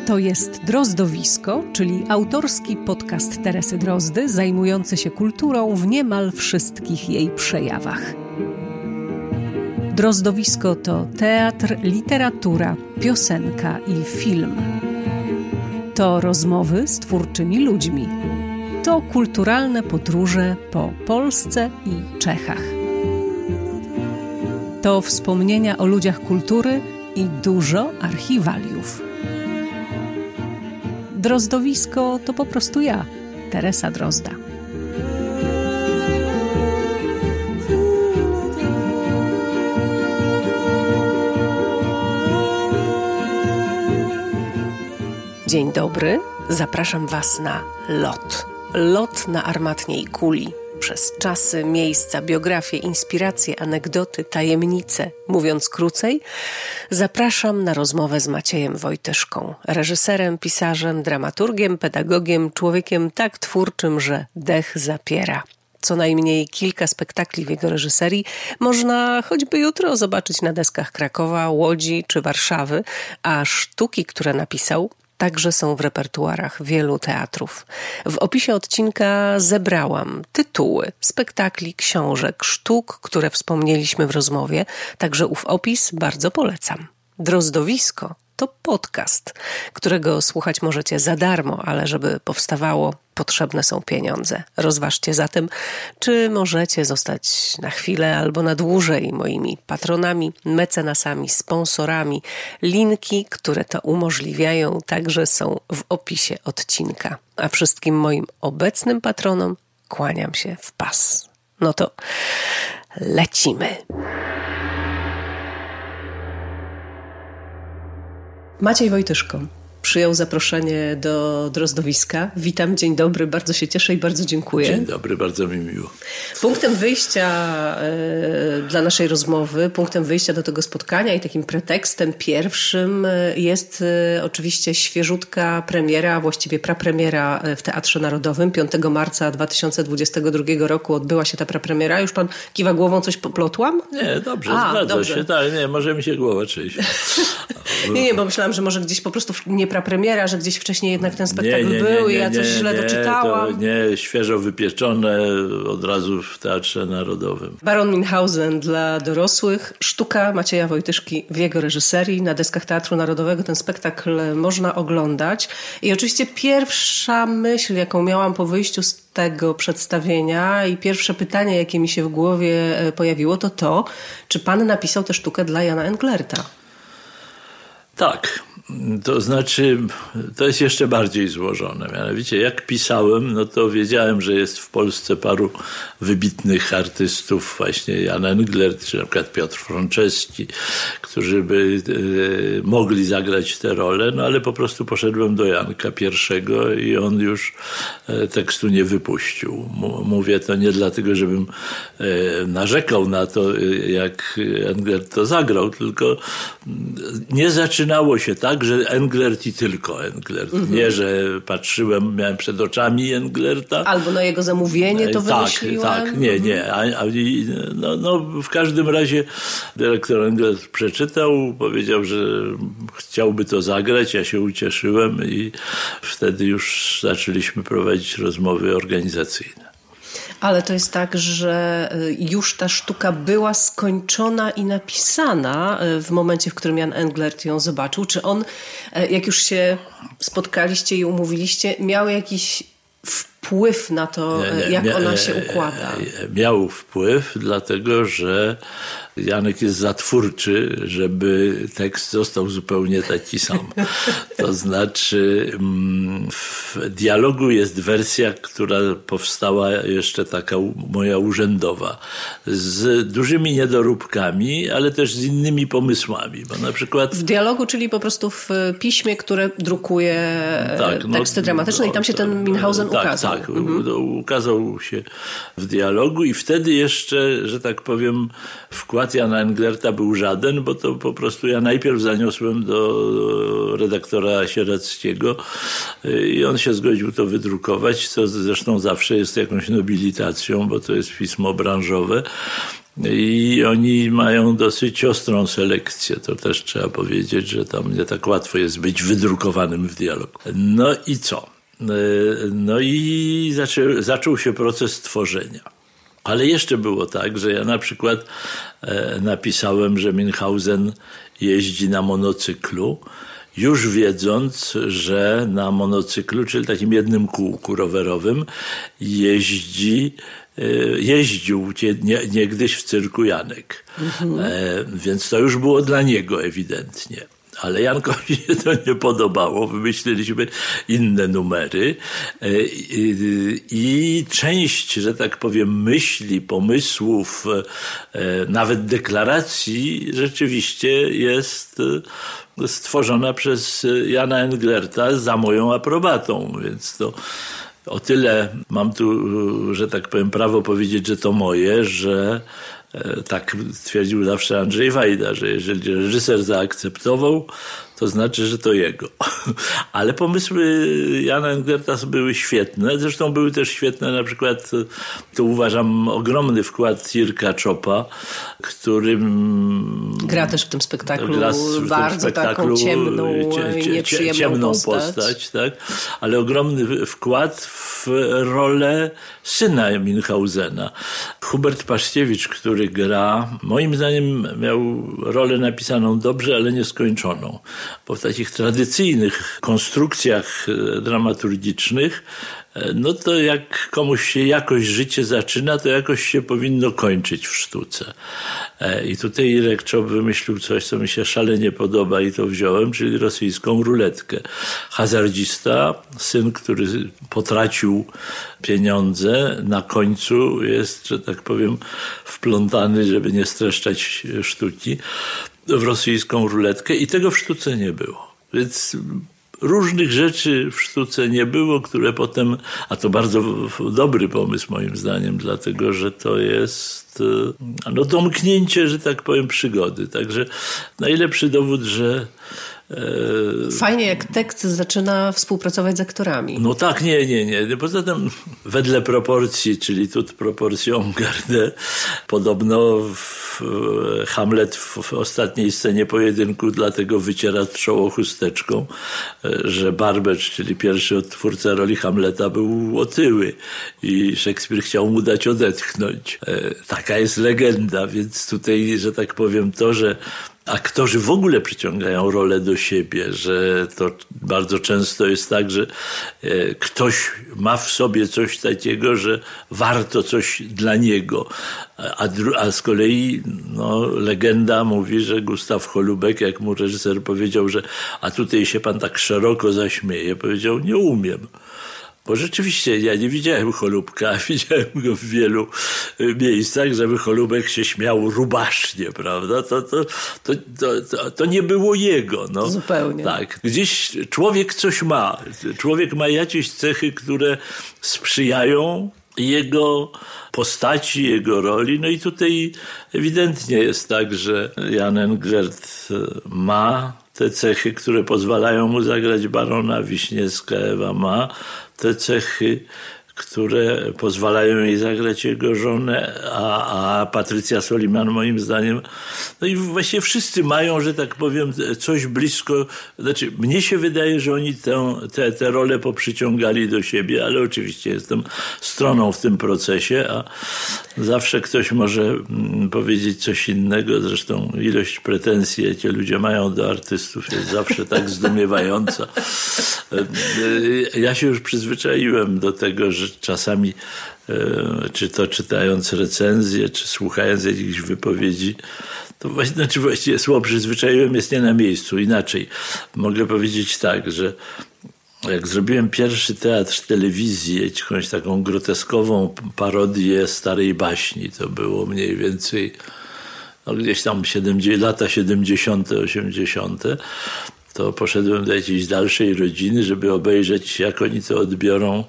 To jest Drozdowisko, czyli autorski podcast Teresy Drozdy, zajmujący się kulturą w niemal wszystkich jej przejawach. Drozdowisko to teatr, literatura, piosenka i film. To rozmowy z twórczymi ludźmi. To kulturalne podróże po Polsce i Czechach. To wspomnienia o ludziach kultury i dużo archiwaliów. Drozdowisko to po prostu ja, Teresa Drozda. Dzień dobry, zapraszam Was na lot. Lot na armatniej kuli. Przez czasy, miejsca, biografie, inspiracje, anegdoty, tajemnice. Mówiąc krócej, zapraszam na rozmowę z Maciejem Wojtyszką, reżyserem, pisarzem, dramaturgiem, pedagogiem, człowiekiem tak twórczym, że dech zapiera. Co najmniej kilka spektakli w jego reżyserii można choćby jutro zobaczyć na deskach Krakowa, Łodzi czy Warszawy, a sztuki, które napisał, także są w repertuarach wielu teatrów. W opisie odcinka zebrałam tytuły spektakli, książek, sztuk, które wspomnieliśmy w rozmowie, także ów opis bardzo polecam. Drozdowisko to podcast, którego słuchać możecie za darmo, ale żeby powstawało, potrzebne są pieniądze. Rozważcie zatem, czy możecie zostać na chwilę albo na dłużej moimi patronami, mecenasami, sponsorami. Linki, które to umożliwiają, także są w opisie odcinka. A wszystkim moim obecnym patronom kłaniam się w pas. No to lecimy. Maciej Wojtyszko przyjął zaproszenie do Drozdowiska. Witam, dzień dobry, bardzo się cieszę i bardzo dziękuję. Dzień dobry, bardzo mi miło. Punktem wyjścia dla naszej rozmowy, punktem wyjścia do tego spotkania i takim pretekstem pierwszym jest oczywiście świeżutka premiera, właściwie prapremiera w Teatrze Narodowym. 5 marca 2022 roku odbyła się ta prapremiera. Już pan kiwa głową, coś poplotłam? Nie, dobrze, zgadza się. Tak, nie, może mi się głowa trzęść. Nie, bo myślałam, że może gdzieś po prostu nie prapremiera, że gdzieś wcześniej jednak ten spektakl był i ja coś źle doczytałam. Nie, świeżo wypieczone od razu w Teatrze Narodowym. Baron Münchhausen dla dorosłych, sztuka Macieja Wojtyszki w jego reżyserii. Na deskach Teatru Narodowego ten spektakl można oglądać. I oczywiście pierwsza myśl, jaką miałam po wyjściu z tego przedstawienia i pierwsze pytanie, jakie mi się w głowie pojawiło, to czy pan napisał tę sztukę dla Jana Englerta? Tak, to znaczy, to jest jeszcze bardziej złożone. Mianowicie, jak pisałem, no to wiedziałem, że jest w Polsce paru wybitnych artystów, właśnie Jan Englert, czy na przykład Piotr Franceski, którzy by mogli zagrać tę rolę, no ale po prostu poszedłem do Janka I i on już tekstu nie wypuścił. Mówię to nie dlatego, żebym narzekał na to, jak Englert to zagrał, tylko nie zaczynało się tak, że Englert i tylko Englert. Nie, że patrzyłem, miałem przed oczami Englerta. Albo na jego zamówienie to wymyśliłem. Tak, nie. W każdym razie dyrektor Englert przeczytał, powiedział, że chciałby to zagrać, ja się ucieszyłem i wtedy już zaczęliśmy prowadzić rozmowy organizacyjne. Ale to jest tak, że już ta sztuka była skończona i napisana w momencie, w którym Jan Englert ją zobaczył. Czy on, jak już się spotkaliście i umówiliście, miał jakiś wpływ na to, jak ona się układa? Miał wpływ, dlatego że Janek jest za twórczy, żeby tekst został zupełnie taki sam. To znaczy w dialogu jest wersja, która powstała jeszcze taka moja urzędowa, z dużymi niedoróbkami, ale też z innymi pomysłami. Bo na przykład w dialogu, czyli po prostu w piśmie, które drukuje teksty dramatyczne i tam się ten Münchhausen ukazał. Tak, ukazał się w dialogu i wtedy jeszcze, że tak powiem, wkład Jana Englerta był żaden, bo to po prostu ja najpierw zaniosłem do redaktora Sieradzkiego i on się zgodził to wydrukować, co zresztą zawsze jest jakąś nobilitacją, bo to jest pismo branżowe. I oni mają dosyć ostrą selekcję. To też trzeba powiedzieć, że tam nie tak łatwo jest być wydrukowanym w dialogu. No i co? No i zaczął się proces tworzenia. Ale jeszcze było tak, że ja na przykład napisałem, że Münchhausen jeździ na monocyklu, już wiedząc, że na monocyklu, czyli takim jednym kółku rowerowym, jeździł niegdyś w cyrku Janek. Więc to już było dla niego ewidentnie. Ale Jankowi się to nie podobało. Wymyśliliśmy inne numery i część, że tak powiem, myśli, pomysłów, nawet deklaracji rzeczywiście jest stworzona przez Jana Englerta za moją aprobatą. Więc to o tyle mam tu, że tak powiem, prawo powiedzieć, że to moje, że tak twierdził zawsze Andrzej Wajda, że jeżeli reżyser zaakceptował, to znaczy, że to jego. Ale pomysły Jana Englerta były świetne. Zresztą były też świetne na przykład, to uważam, ogromny wkład Jirka Czopa, którym gra też w tym spektaklu bardzo taką ciemną i nieprzyjemną postać. Tak? Ale ogromny wkład w rolę syna Münchhausena. Hubert Paszkiewicz, który gra, moim zdaniem miał rolę napisaną dobrze, ale nieskończoną. Bo w takich tradycyjnych konstrukcjach dramaturgicznych, no to jak komuś się jakoś życie zaczyna, to jakoś się powinno kończyć w sztuce. I tutaj Irek Czop wymyślił coś, co mi się szalenie podoba i to wziąłem, czyli rosyjską ruletkę. Hazardzista, syn, który potracił pieniądze, na końcu jest, że tak powiem, wplątany, żeby nie streszczać sztuki, w rosyjską ruletkę i tego w sztuce nie było. Więc różnych rzeczy w sztuce nie było, które potem, a to bardzo dobry pomysł moim zdaniem, dlatego że to jest domknięcie, że tak powiem, przygody. Także najlepszy dowód, że fajnie, jak tekst zaczyna współpracować z aktorami. No tak, nie. Poza tym wedle proporcji, czyli tut proporcją gardę, podobno Hamlet w ostatniej scenie pojedynku dlatego wyciera czoło chusteczką, że Barbecz, czyli pierwszy odtwórca roli Hamleta, był otyły i Szekspir chciał mu dać odetchnąć. Taka jest legenda, więc tutaj, że tak powiem, to, że aktorzy w ogóle przyciągają rolę do siebie, że to bardzo często jest tak, że ktoś ma w sobie coś takiego, że warto coś dla niego. A z kolei legenda mówi, że Gustaw Holubek, jak mu reżyser powiedział, że a tutaj się pan tak szeroko zaśmieje, powiedział, nie umiem. Bo rzeczywiście ja nie widziałem Holubka, widziałem go w wielu miejscach, żeby Holubek się śmiał rubasznie, prawda? To nie było jego. No. Zupełnie. Tak. Gdzieś człowiek coś ma. Człowiek ma jakieś cechy, które sprzyjają jego postaci, jego roli. No i tutaj ewidentnie jest tak, że Jan Englert ma te cechy, które pozwalają mu zagrać barona. Wiśniewska Ewa ma te cechy, które pozwalają jej zagrać jego żonę, a Patrycja Soliman moim zdaniem, no i właściwie wszyscy mają, że tak powiem, coś blisko, znaczy mnie się wydaje, że oni te role poprzyciągali do siebie, ale oczywiście jestem stroną w tym procesie, a zawsze ktoś może powiedzieć coś innego, zresztą ilość pretensji, jakie ludzie mają do artystów, jest zawsze tak zdumiewająca. Ja się już przyzwyczaiłem do tego, że czasami, czy to czytając recenzje, czy słuchając jakichś wypowiedzi, to właściwie słowo przyzwyczaiłem jest nie na miejscu. Inaczej mogę powiedzieć tak, że jak zrobiłem pierwszy teatr telewizji, jakąś taką groteskową parodię starej baśni, to było mniej więcej gdzieś tam lata 70., 80., to poszedłem do jakiejś dalszej rodziny, żeby obejrzeć, jak oni to odbiorą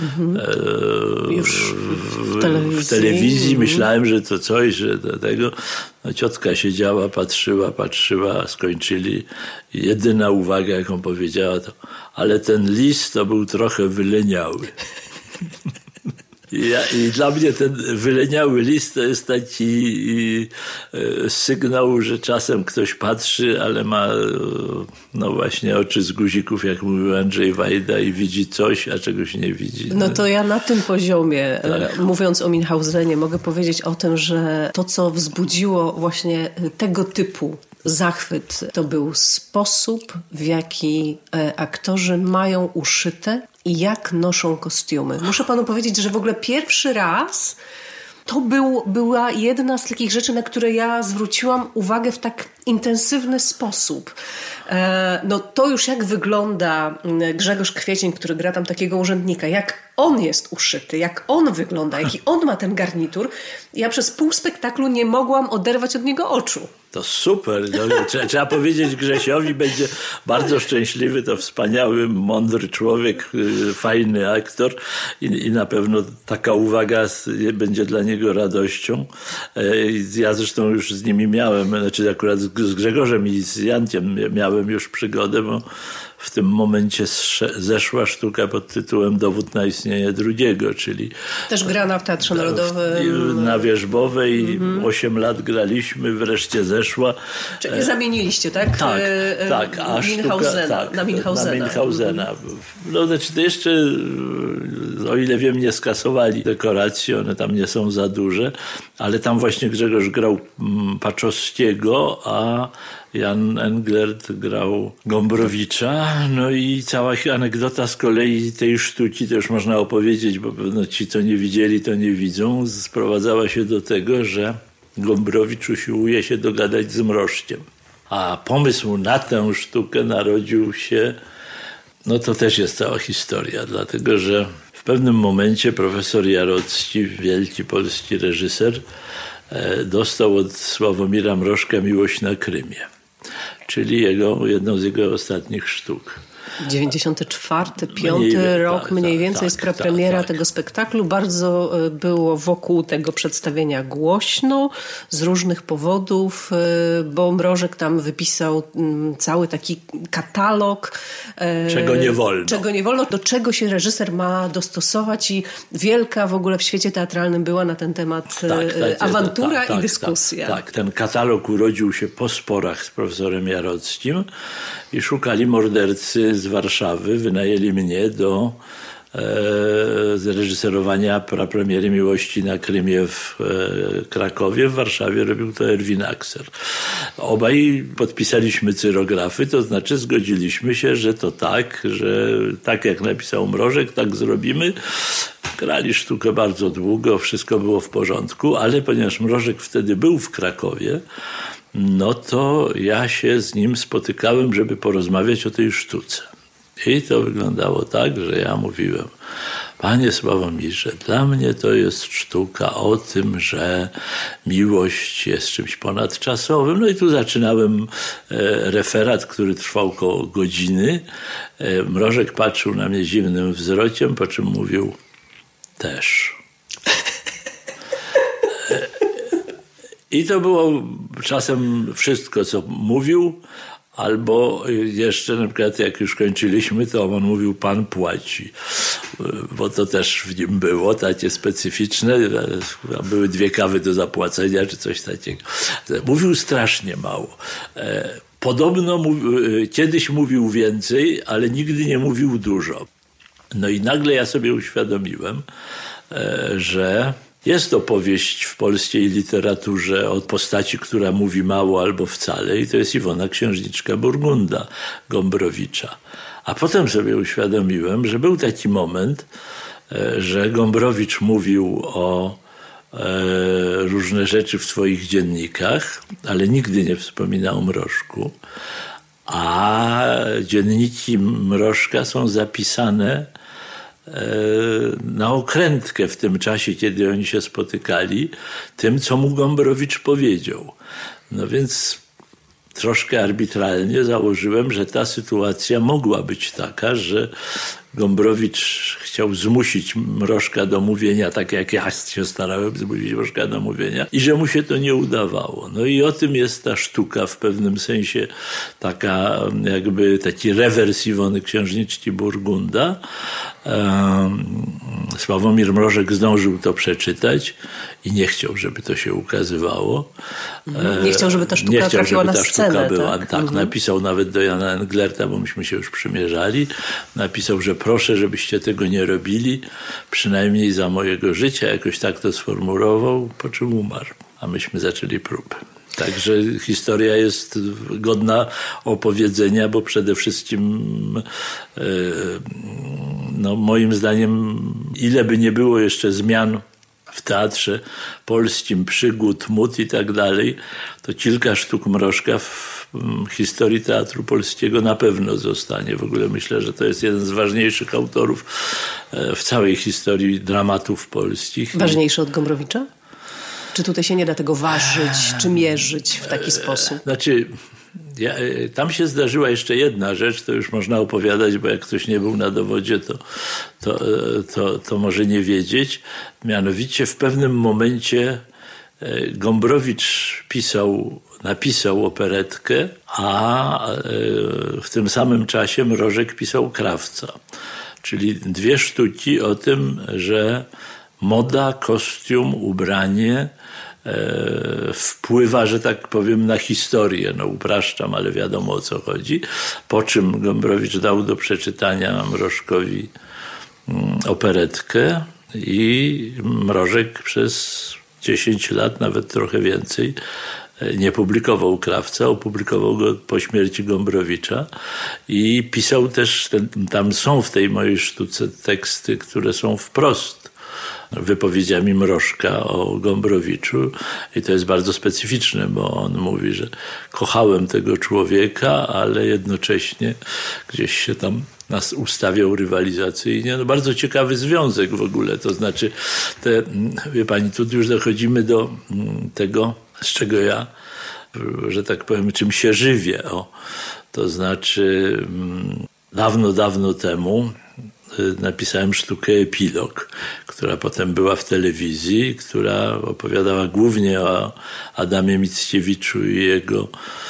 już w telewizji. Myślałem, że to coś, że do tego. No, ciotka siedziała, patrzyła, skończyli. Jedyna uwaga, jaką powiedziała, to ale ten lis to był trochę wyleniały. I dla mnie ten wyleniały list to jest taki sygnał, że czasem ktoś patrzy, ale ma no właśnie oczy z guzików, jak mówił Andrzej Wajda, i widzi coś, a czegoś nie widzi. No to ja na tym poziomie, mówiąc o Münchausenie, mogę powiedzieć o tym, że to, co wzbudziło właśnie tego typu zachwyt, to był sposób, w jaki aktorzy mają uszyte i jak noszą kostiumy. Muszę panu powiedzieć, że w ogóle pierwszy raz to była jedna z takich rzeczy, na które ja zwróciłam uwagę w tak intensywny sposób. No to już jak wygląda Grzegorz Kwiecień, który gra tam takiego urzędnika, jak on jest uszyty, jak on wygląda, jaki on ma ten garnitur. Ja przez pół spektaklu nie mogłam oderwać od niego oczu. To super. No, trzeba powiedzieć Grzesiowi, będzie bardzo szczęśliwy, to wspaniały, mądry człowiek, fajny aktor i na pewno taka uwaga będzie dla niego radością. Ja zresztą już z nimi miałem, znaczy akurat z Grzegorzem i z Jankiem miałem już przygodę, bo w tym momencie zeszła sztuka pod tytułem Dowód na istnienie drugiego, czyli... Też grana w Teatrze Narodowym. Na Wierzbowej 8 lat graliśmy, wreszcie zeszła. Czyli zamieniliście, tak? Tak. A Münchausena, na Münchausena. Na Münchausena. No, znaczy to jeszcze, o ile wiem, nie skasowali dekoracji, one tam nie są za duże, ale tam właśnie Grzegorz grał Paczowskiego, a Jan Englert grał Gombrowicza. No i cała anegdota z kolei tej sztuki, to już można opowiedzieć, bo pewno ci, co nie widzieli, to nie widzą, sprowadzała się do tego, że Gombrowicz usiłuje się dogadać z Mrożkiem. A pomysł na tę sztukę narodził się, no to też jest cała historia, dlatego że w pewnym momencie profesor Jarocki, wielki polski reżyser, dostał od Sławomira Mrożka Miłość na Krymie, czyli jedną z jego ostatnich sztuk. 94, 5 rok mniej więcej jest prapremiera tego spektaklu. Bardzo było wokół tego przedstawienia głośno z różnych powodów, bo Mrożek tam wypisał cały taki katalog. Czego nie wolno. Czego nie wolno, do czego się reżyser ma dostosować i wielka w ogóle w świecie teatralnym była na ten temat awantura i dyskusja. Tak, ten katalog urodził się po sporach z profesorem Jarockim i szukali mordercy z Warszawy, wynajęli mnie do zreżyserowania prapremiery Miłości na Krymie w Krakowie. W Warszawie robił to Erwin Akser. Obaj podpisaliśmy cyrografy, to znaczy zgodziliśmy się, że to tak, że tak jak napisał Mrożek, tak zrobimy. Grali sztukę bardzo długo, wszystko było w porządku, ale ponieważ Mrożek wtedy był w Krakowie, no to ja się z nim spotykałem, żeby porozmawiać o tej sztuce. I to wyglądało tak, że ja mówiłem: panie Sławomirze, dla mnie to jest sztuka o tym, że miłość jest czymś ponadczasowym. No i tu zaczynałem referat, który trwał około godziny. Mrożek patrzył na mnie zimnym wzrokiem, po czym mówił: też. I to było czasem wszystko, co mówił, albo jeszcze na przykład jak już kończyliśmy, to on mówił: pan płaci, bo to też w nim było takie specyficzne. Były 2 kawy do zapłacenia, czy coś takiego. Mówił strasznie mało. Podobno kiedyś mówił więcej, ale nigdy nie mówił dużo. No i nagle ja sobie uświadomiłem, że jest opowieść w polskiej literaturze o postaci, która mówi mało albo wcale, i to jest Iwona Księżniczka Burgunda Gombrowicza. A potem sobie uświadomiłem, że był taki moment, że Gombrowicz mówił o różne rzeczy w swoich dziennikach, ale nigdy nie wspominał o Mrożku. A dzienniki Mrożka są zapisane na okrętkę w tym czasie, kiedy oni się spotykali, tym, co mu Gombrowicz powiedział. No więc troszkę arbitralnie założyłem, że ta sytuacja mogła być taka, że Gombrowicz chciał zmusić Mrożka do mówienia, tak jak ja się starałem zmusić Mrożka do mówienia, i że mu się to nie udawało. No i o tym jest ta sztuka w pewnym sensie, taka jakby taki rewers Iwony Księżniczki Burgunda. Sławomir Mrożek zdążył to przeczytać i nie chciał, żeby to się ukazywało. Nie chciał, żeby ta sztuka trafiła na scenę. Tak, napisał nawet do Jana Englerta, bo myśmy się już przymierzali. Napisał, że proszę, żebyście tego nie robili, przynajmniej za mojego życia. Jakoś tak to sformułował, po czym umarł. A myśmy zaczęli próbę. Także historia jest godna opowiedzenia, bo przede wszystkim no moim zdaniem, ile by nie było jeszcze zmian w teatrze polskim, przygód, mód i tak dalej, to kilka sztuk Mrożka w historii teatru polskiego na pewno zostanie. W ogóle myślę, że to jest jeden z ważniejszych autorów w całej historii dramatów polskich. Ważniejszy od Gombrowicza? Czy tutaj się nie da tego ważyć, czy mierzyć w taki sposób? Znaczy, tam się zdarzyła jeszcze jedna rzecz, to już można opowiadać, bo jak ktoś nie był na dowodzie, to może nie wiedzieć. Mianowicie w pewnym momencie Gombrowicz napisał operetkę, a w tym samym czasie Mrożek pisał Krawca. Czyli 2 sztuki o tym, że moda, kostium, ubranie wpływa, że tak powiem, na historię. No upraszczam, ale wiadomo, o co chodzi. Po czym Gombrowicz dał do przeczytania Mrożkowi operetkę i Mrożek przez 10 lat, nawet trochę więcej, nie publikował Krawca, opublikował go po śmierci Gombrowicza i pisał też, tam są w tej mojej sztuce teksty, które są wprost wypowiedziami Mrożka o Gombrowiczu i to jest bardzo specyficzne, bo on mówi, że kochałem tego człowieka, ale jednocześnie gdzieś się tam nas ustawiał rywalizacyjnie. No bardzo ciekawy związek w ogóle, to znaczy wie pani, tu już dochodzimy do tego, z czego ja, że tak powiem, czym się żywię. To znaczy dawno temu napisałem sztukę Epilog, która potem była w telewizji, która opowiadała głównie o Adamie Mickiewiczu i jego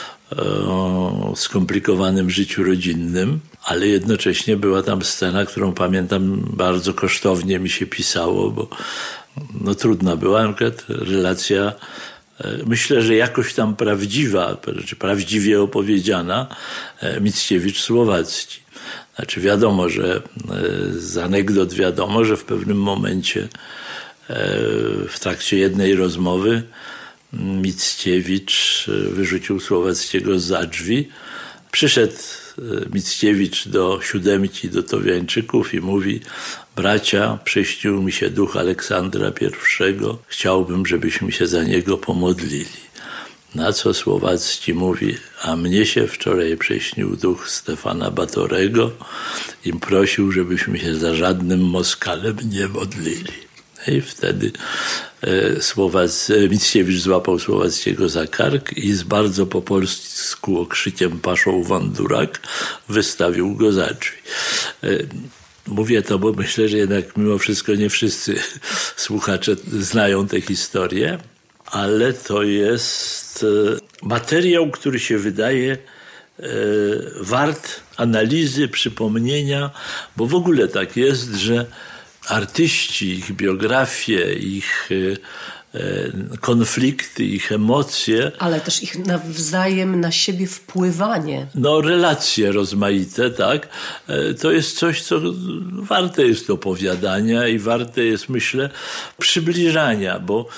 skomplikowanym życiu rodzinnym, ale jednocześnie była tam scena, którą pamiętam, bardzo kosztownie mi się pisało, bo no trudna była, na przykład relacja, myślę, że jakoś tam prawdziwa, czy prawdziwie opowiedziana, Mickiewicz-Słowacki. Znaczy wiadomo, że z anegdot wiadomo, że w pewnym momencie w trakcie jednej rozmowy Mickiewicz wyrzucił Słowackiego za drzwi. Przyszedł Mickiewicz do Siódemki, do Towiańczyków i mówi: bracia, przyśnił mi się duch Aleksandra I, chciałbym, żebyśmy się za niego pomodlili. Na co Słowacki mówi: a mnie się wczoraj przyśnił duch Stefana Batorego i prosił, żebyśmy się za żadnym Moskalem nie modlili. I wtedy Mickiewicz złapał Słowackiego za kark i z bardzo po polsku okrzykiem paszą Wandurak wystawił go za drzwi. Mówię to, bo myślę, że jednak mimo wszystko nie wszyscy słuchacze znają tę historię, ale to jest materiał, który się wydaje wart analizy, przypomnienia, bo w ogóle tak jest, że artyści, ich biografie, ich konflikty, ich emocje. Ale też ich nawzajem na siebie wpływanie. No, relacje rozmaite, tak? To jest coś, co warte jest opowiadania i warte jest, myślę, przybliżania, bo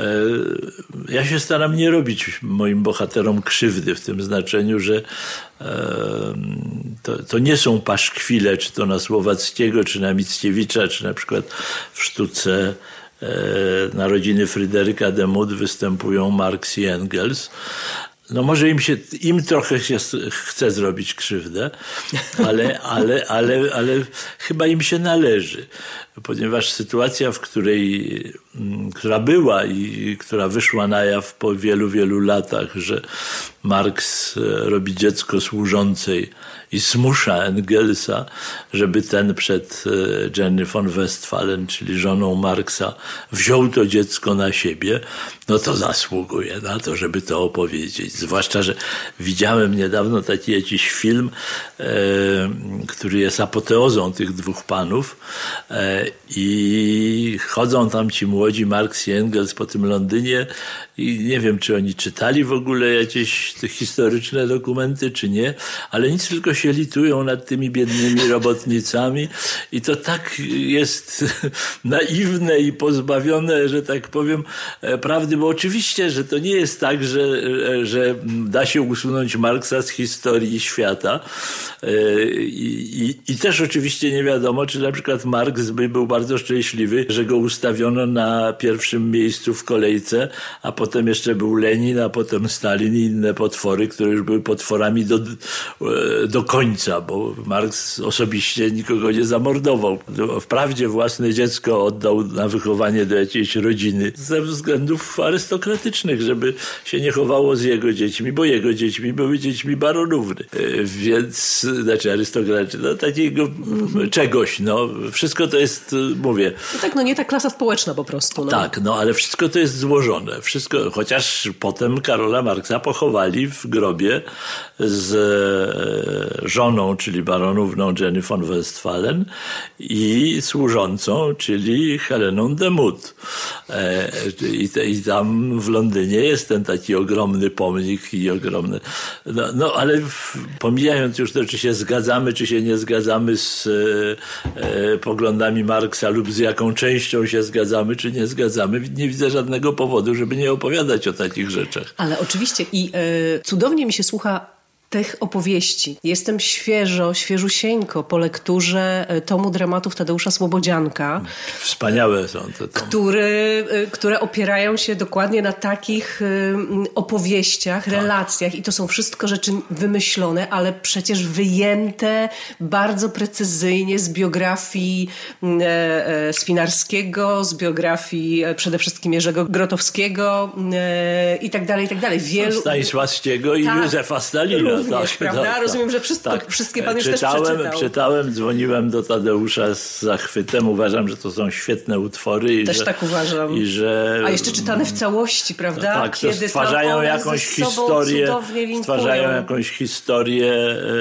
ja się staram nie robić moim bohaterom krzywdy w tym znaczeniu, że to nie są paszkwile, czy to na Słowackiego, czy na Mickiewicza, czy na przykład w sztuce Narodziny Fryderyka Demuth występują Marx i Engels. No może im trochę się chce zrobić krzywdę, ale chyba im się należy, ponieważ sytuacja, w której która była i która wyszła na jaw po wielu, wielu latach, że Marks robi dziecko służącej i zmusza Engelsa, żeby ten przed Jenny von Westphalen, czyli żoną Marksa, wziął to dziecko na siebie, no to zasługuje na to, żeby to opowiedzieć. Zwłaszcza, że widziałem niedawno taki jakiś film, który jest apoteozą tych dwóch panów i chodzą tam ci młodzi Marks i Engels po tym Londynie i nie wiem, czy oni czytali w ogóle jakieś te historyczne dokumenty, czy nie, ale nic, tylko się litują nad tymi biednymi robotnicami i to tak jest naiwne i pozbawione, że tak powiem, prawdy, bo oczywiście, że to nie jest tak, że da się usunąć Marksa z historii świata i też oczywiście nie wiadomo, czy na przykład Marks był bardzo szczęśliwy, że go ustawiono na pierwszym miejscu w kolejce, a potem jeszcze był Lenin, a potem Stalin i inne potwory, które już były potworami do końca, bo Marks osobiście nikogo nie zamordował. Wprawdzie własne dziecko oddał na wychowanie do jakiejś rodziny ze względów arystokratycznych, żeby się nie chowało z jego dziećmi, bo jego dziećmi były dziećmi baronówny. Więc, znaczy arystokraci, no takiego czegoś, no. Wszystko to jest, mówię. No tak, no nie ta klasa społeczna po prostu. No. Tak, no ale wszystko to jest złożone. Wszystko, chociaż potem Karola Marksa pochowali w grobie z żoną, czyli baronówną Jenny von Westphalen i służącą, czyli Heleną de Moot. I tam w Londynie jest ten taki ogromny pomnik i ogromny... No ale pomijając już to, czy się zgadzamy, czy się nie zgadzamy z poglądami Marksa lub z jaką częścią się zgadzamy, czy nie zgadzamy, nie widzę żadnego powodu, żeby nie opowiadać o takich rzeczach. Ale oczywiście i cudownie mi się słucha tych opowieści. Jestem świeżusieńko po lekturze tomu dramatów Tadeusza Słobodzianka. Wspaniałe są te tomy. Które opierają się dokładnie na takich opowieściach, relacjach i to są wszystko rzeczy wymyślone, ale przecież wyjęte bardzo precyzyjnie z biografii Swinarskiego, z biografii przede wszystkim Jerzego Grotowskiego i tak dalej, i tak dalej. Stanisławskiego i Józefa Stalina. Również, prawda? Tak. Rozumiem, że wszystkie pan już też przeczytał. Czytałem, dzwoniłem do Tadeusza z zachwytem. Uważam, że to są świetne utwory. Też tak uważam. A jeszcze czytane w całości, prawda? Tak, kiedy stwarzają jakąś historię. Stwarzają jakąś historię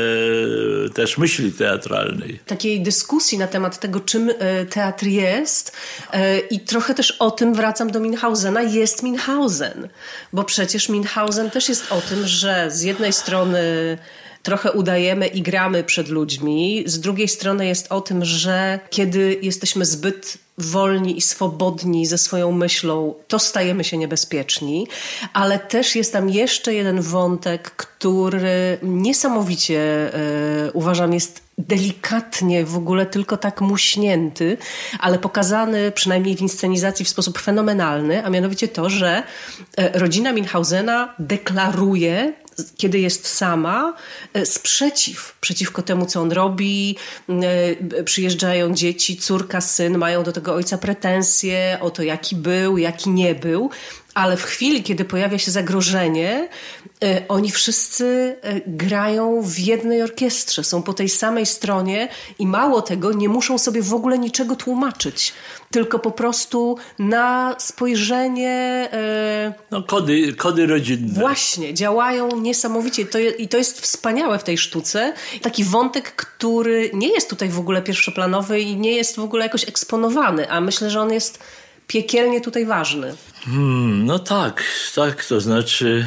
też myśli teatralnej. Takiej dyskusji na temat tego, czym teatr jest i trochę też o tym wracam do Minhausena. Jest Minhausen, bo przecież Minhausen też jest o tym, że z jednej strony trochę udajemy i gramy przed ludźmi. Z drugiej strony jest o tym, że kiedy jesteśmy zbyt wolni i swobodni ze swoją myślą, to stajemy się niebezpieczni. Ale też jest tam jeszcze jeden wątek, który niesamowicie uważam jest delikatnie w ogóle tylko tak muśnięty, ale pokazany przynajmniej w inscenizacji w sposób fenomenalny, a mianowicie to, że rodzina Minhausena deklaruje, kiedy jest sama, sprzeciw przeciwko temu, co on robi. Przyjeżdżają dzieci, córka, syn, mają do tego ojca pretensje o to, jaki był, jaki nie był. Ale w chwili, kiedy pojawia się zagrożenie, oni wszyscy grają w jednej orkiestrze, są po tej samej stronie i mało tego, nie muszą sobie w ogóle niczego tłumaczyć, tylko po prostu na spojrzenie... No kody rodzinne. Właśnie, działają niesamowicie i to jest wspaniałe w tej sztuce. Taki wątek, który nie jest tutaj w ogóle pierwszoplanowy i nie jest w ogóle jakoś eksponowany, a myślę, że on jest piekielnie tutaj ważny. No tak, to znaczy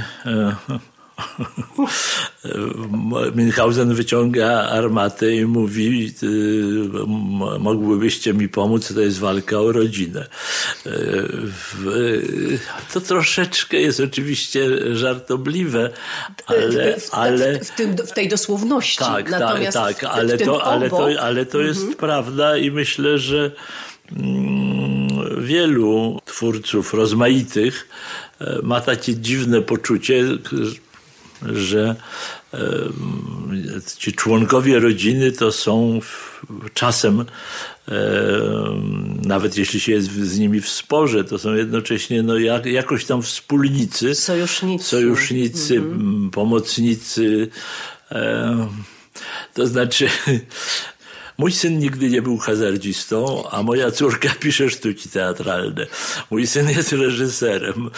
Minhausen wyciąga armatę i mówi, mogłybyście mi pomóc, to jest walka o rodzinę. To troszeczkę jest oczywiście żartobliwe, ale w tej dosłowności. Tak, ale to jest prawda i myślę, że wielu twórców rozmaitych ma takie dziwne poczucie, że ci członkowie rodziny to są czasem, nawet jeśli się jest z nimi w sporze, to są jednocześnie jakoś tam wspólnicy, sojusznicy, pomocnicy. To znaczy, mój syn nigdy nie był hazardzistą, a moja córka pisze sztuki teatralne. Mój syn jest reżyserem.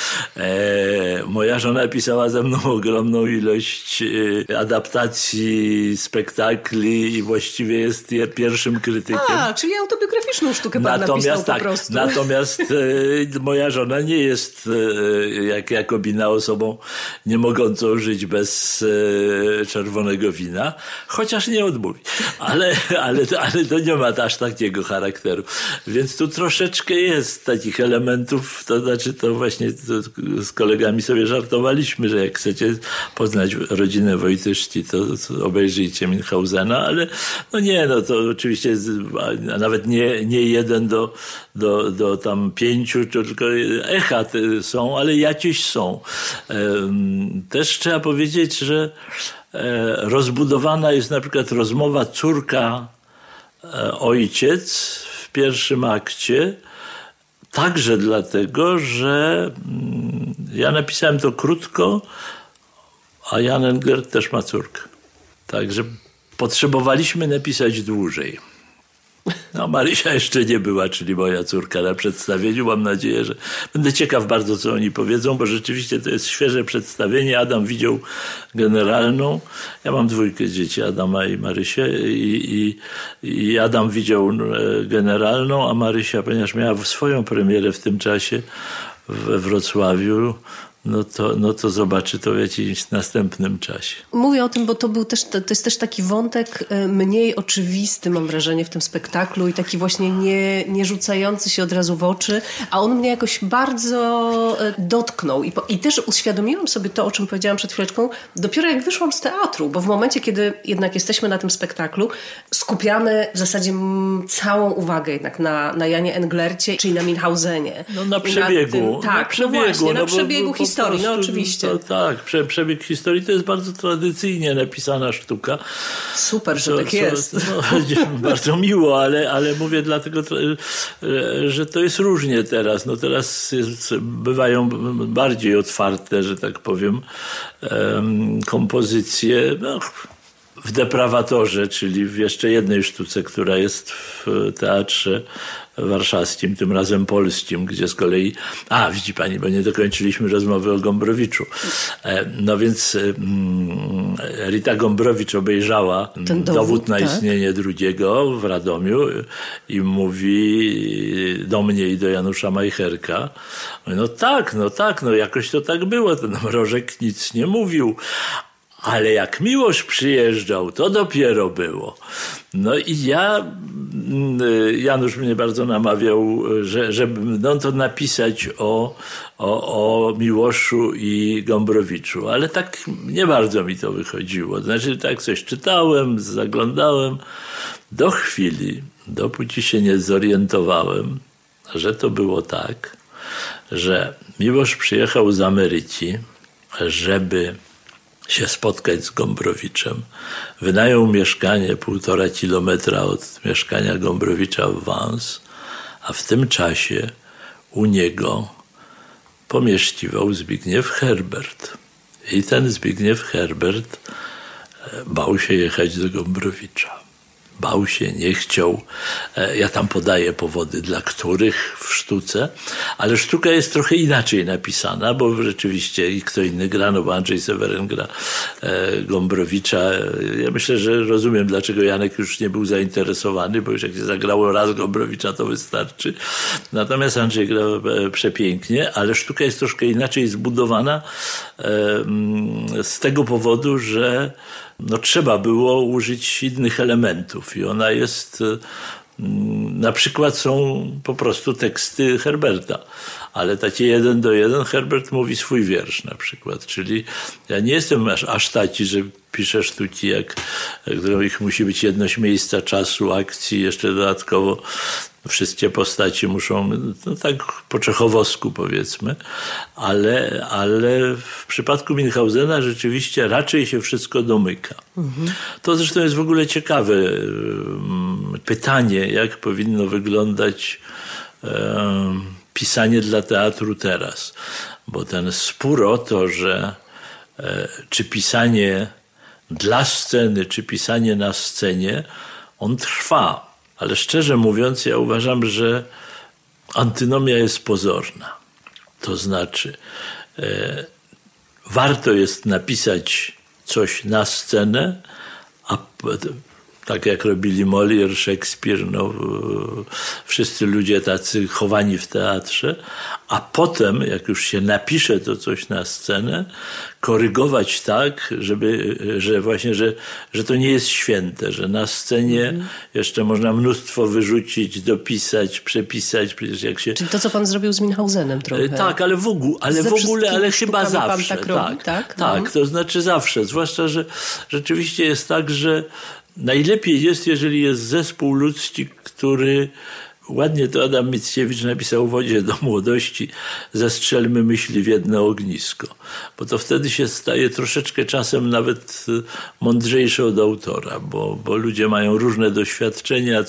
Moja żona pisała ze mną ogromną ilość adaptacji, spektakli i właściwie jest pierwszym krytykiem. Czyli autobiograficzną sztukę pan napisał po prostu. Natomiast moja żona nie jest jak Jakobina osobą nie mogącą żyć bez czerwonego wina, chociaż nie odmówi. Ale to nie ma aż takiego charakteru. Więc tu troszeczkę jest takich elementów, to znaczy to właśnie z kolegami sobie żartowaliśmy, że jak chcecie poznać rodzinę Wojtyszki, to obejrzyjcie Münchausena, ale to oczywiście nawet nie jeden do tam 5, tylko echa są, ale jakieś są. Też trzeba powiedzieć, że rozbudowana jest na przykład rozmowa córka-ojciec w pierwszym akcie, także dlatego, że ja napisałem to krótko, a Jan Englert też ma córkę. Także potrzebowaliśmy napisać dłużej. Marysia jeszcze nie była, czyli moja córka, na przedstawieniu. Mam nadzieję, że będę ciekaw bardzo, co oni powiedzą, bo rzeczywiście to jest świeże przedstawienie. Adam widział generalną. Ja mam 2 dzieci, Adama i Marysię, i Adam widział generalną, a Marysia, ponieważ miała swoją premierę w tym czasie we Wrocławiu, no to zobaczy to w jakimś następnym czasie. Mówię o tym, bo to jest też taki wątek mniej oczywisty, mam wrażenie, w tym spektaklu i taki właśnie nie rzucający się od razu w oczy, a on mnie jakoś bardzo dotknął i też uświadomiłam sobie to, o czym powiedziałam przed chwileczką, dopiero jak wyszłam z teatru, bo w momencie, kiedy jednak jesteśmy na tym spektaklu, skupiamy w zasadzie całą uwagę jednak na Janie Englercie, czyli na Münchausenie. Na przebiegu. Na przebiegu historii. Oczywiście. Przebieg historii to jest bardzo tradycyjnie napisana sztuka. Super, że tak jest. Bardzo miło, ale mówię dlatego, że to jest różnie teraz. Teraz bywają bardziej otwarte, że tak powiem, kompozycje. W Deprawatorze, czyli w jeszcze jednej sztuce, która jest w Teatrze Warszawskim, tym razem polskim, gdzie z kolei... widzi pani, bo nie dokończyliśmy rozmowy o Gombrowiczu. Więc Rita Gombrowicz obejrzała ten dowód na istnienie drugiego w Radomiu i mówi do mnie i do Janusza Majcherka, jakoś to tak było. Ten Mrożek nic nie mówił. Ale jak Miłosz przyjeżdżał, to dopiero było. I Janusz mnie bardzo namawiał, żeby to napisać o Miłoszu i Gombrowiczu. Ale tak nie bardzo mi to wychodziło. Znaczy tak coś czytałem, zaglądałem do chwili, dopóki się nie zorientowałem, że to było tak, że Miłosz przyjechał z Ameryki, żeby się spotkać z Gombrowiczem. Wynajął mieszkanie 1,5 kilometra od mieszkania Gombrowicza w Vence, a w tym czasie u niego pomieszkiwał Zbigniew Herbert. I ten Zbigniew Herbert bał się jechać do Gombrowicza. Bał się, nie chciał. Ja tam podaję powody, dla których w sztuce, ale sztuka jest trochę inaczej napisana, bo rzeczywiście i kto inny gra, bo Andrzej Seweryn gra Gombrowicza. Ja myślę, że rozumiem, dlaczego Janek już nie był zainteresowany, bo już jak się zagrało raz Gombrowicza, to wystarczy. Natomiast Andrzej gra przepięknie, ale sztuka jest troszkę inaczej zbudowana z tego powodu, że trzeba było użyć innych elementów i ona jest, na przykład są po prostu teksty Herberta, ale takie 1 do 1 Herbert mówi swój wiersz na przykład, czyli ja nie jestem aż taki, że piszę sztuki, których musi być jedność miejsca, czasu, akcji, jeszcze dodatkowo wszystkie postaci muszą, no tak po czechowsku powiedzmy, ale w przypadku Münchausena rzeczywiście raczej się wszystko domyka. To zresztą jest w ogóle ciekawe pytanie, jak powinno wyglądać pisanie dla teatru teraz. Bo ten spór o to, że czy pisanie dla sceny, czy pisanie na scenie, on trwa. Ale szczerze mówiąc, ja uważam, że antynomia jest pozorna. To znaczy, warto jest napisać coś na scenę, a tak jak robili Molière, Szekspir, no, wszyscy ludzie tacy chowani w teatrze, a potem, jak już się napisze to coś na scenę, korygować tak, że to nie jest święte, że na scenie jeszcze można mnóstwo wyrzucić, dopisać, przepisać. Przecież jak się... Czyli to, co pan zrobił z Münchausenem trochę. Tak, ale chyba zawsze. Tak, robi, tak? Tak, to znaczy zawsze. Zwłaszcza, że rzeczywiście jest tak, że najlepiej jest, jeżeli jest zespół ludzki, który... Ładnie to Adam Mickiewicz napisał w Odzie do młodości: zastrzelmy myśli w jedno ognisko. Bo to wtedy się staje troszeczkę czasem nawet mądrzejsze od autora, bo ludzie mają różne doświadczenia,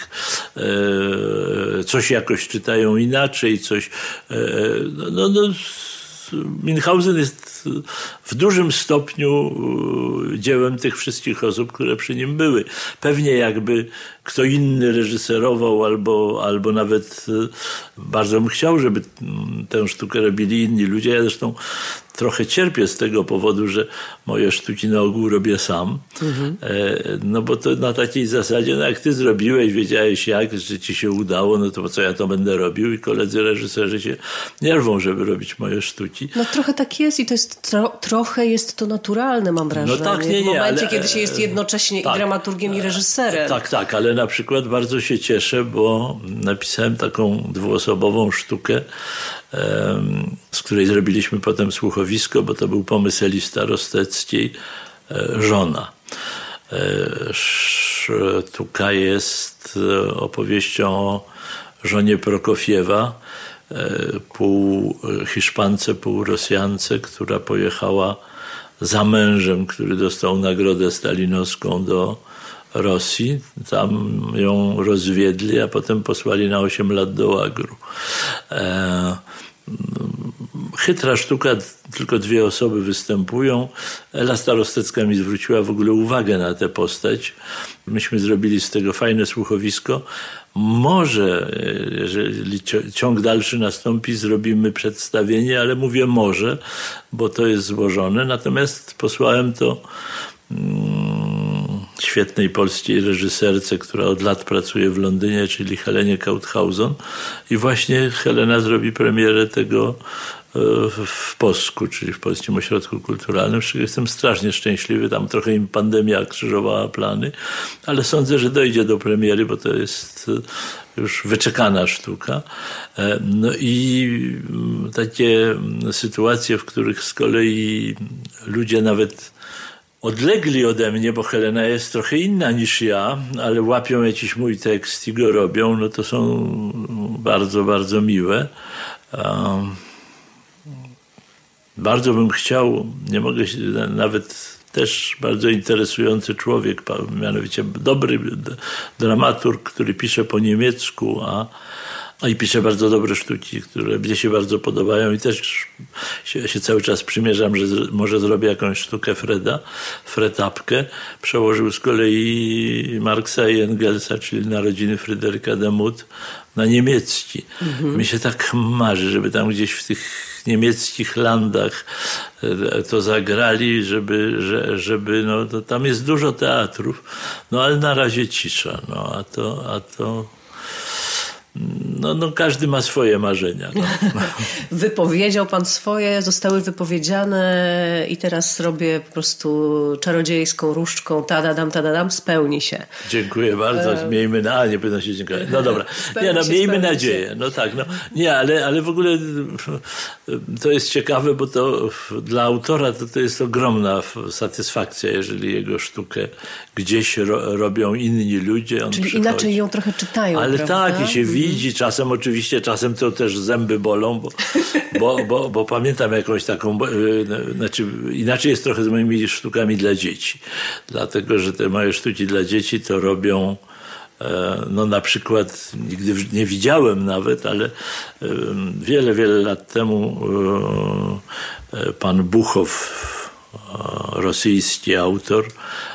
coś jakoś czytają inaczej, coś... Münchausen jest w dużym stopniu dziełem tych wszystkich osób, które przy nim były. Pewnie jakby kto inny reżyserował albo nawet bardzo bym chciał, żeby tę sztukę robili inni ludzie. Ja zresztą trochę cierpię z tego powodu, że moje sztuki na ogół robię sam. No bo to na takiej zasadzie, no jak ty zrobiłeś, wiedziałeś jak, że ci się udało, no to po co ja to będę robił? I koledzy reżyserzy się nie rwą, żeby robić moje sztuki. No trochę tak jest i to jest trochę jest to naturalne, mam wrażenie. No tak, nie, w momencie, kiedy się jest jednocześnie tak, i dramaturgiem, i reżyserem. Tak, ale na przykład bardzo się cieszę, bo napisałem taką dwuosobową sztukę, z której zrobiliśmy potem słuchowisko, bo to był pomysł Eli Starosteckiej, Żona. Sztuka jest opowieścią o żonie Prokofiewa, pół Hiszpance, pół Rosjance, która pojechała za mężem, który dostał nagrodę stalinowską do Rosji. Tam ją rozwiedli, a potem posłali na 8 lat do łagru. Chytra sztuka, tylko 2 osoby występują. Ela Starostecka mi zwróciła w ogóle uwagę na tę postać. Myśmy zrobili z tego fajne słuchowisko. Może, jeżeli ciąg dalszy nastąpi, zrobimy przedstawienie, ale mówię może, bo to jest złożone. Natomiast posłałem to świetnej polskiej reżyserce, która od lat pracuje w Londynie, czyli Helenie Kauthausen. I właśnie Helena zrobi premierę tego w Posku, czyli w Polskim Ośrodku Kulturalnym. Jestem strasznie szczęśliwy. Tam trochę im pandemia krzyżowała plany, ale sądzę, że dojdzie do premiery, bo to jest już wyczekana sztuka. No i takie sytuacje, w których z kolei ludzie nawet odlegli ode mnie, bo Helena jest trochę inna niż ja, ale łapią jakiś mój tekst i go robią, no to są bardzo, bardzo miłe. Bardzo bym chciał, nie mogę się, nawet też bardzo interesujący człowiek, mianowicie dobry dramaturg, który pisze po niemiecku, i pisze bardzo dobre sztuki, które mnie się bardzo podobają i też się cały czas przymierzam, że może zrobię jakąś sztukę Fred Apke. Przełożył z kolei Marksa i Engelsa, czyli Narodziny Fryderyka Demuth, na niemiecki. Mi się tak marzy, żeby tam gdzieś w tych niemieckich landach to zagrali, żeby no to tam jest dużo teatrów, no ale na razie cisza, no a to No każdy ma swoje marzenia. No. Wypowiedział pan swoje, zostały wypowiedziane i teraz robię po prostu czarodziejską różdżką tadadam, spełni się. Dziękuję bardzo. Miejmy nie powinno się dziękować. No dobra. Miejmy nadzieję. No tak, no. Nie, ale w ogóle to jest ciekawe, bo to dla autora to jest ogromna satysfakcja, jeżeli jego sztukę gdzieś robią inni ludzie. Czyli inaczej ją trochę czytają, ale prawda? tak, i się widzi. Czasem to też zęby bolą, bo pamiętam jakąś taką, znaczy inaczej jest trochę z moimi sztukami dla dzieci. Dlatego, że te moje sztuki dla dzieci to robią na przykład, nigdy nie widziałem nawet, ale wiele lat temu pan Buchow, rosyjski autor,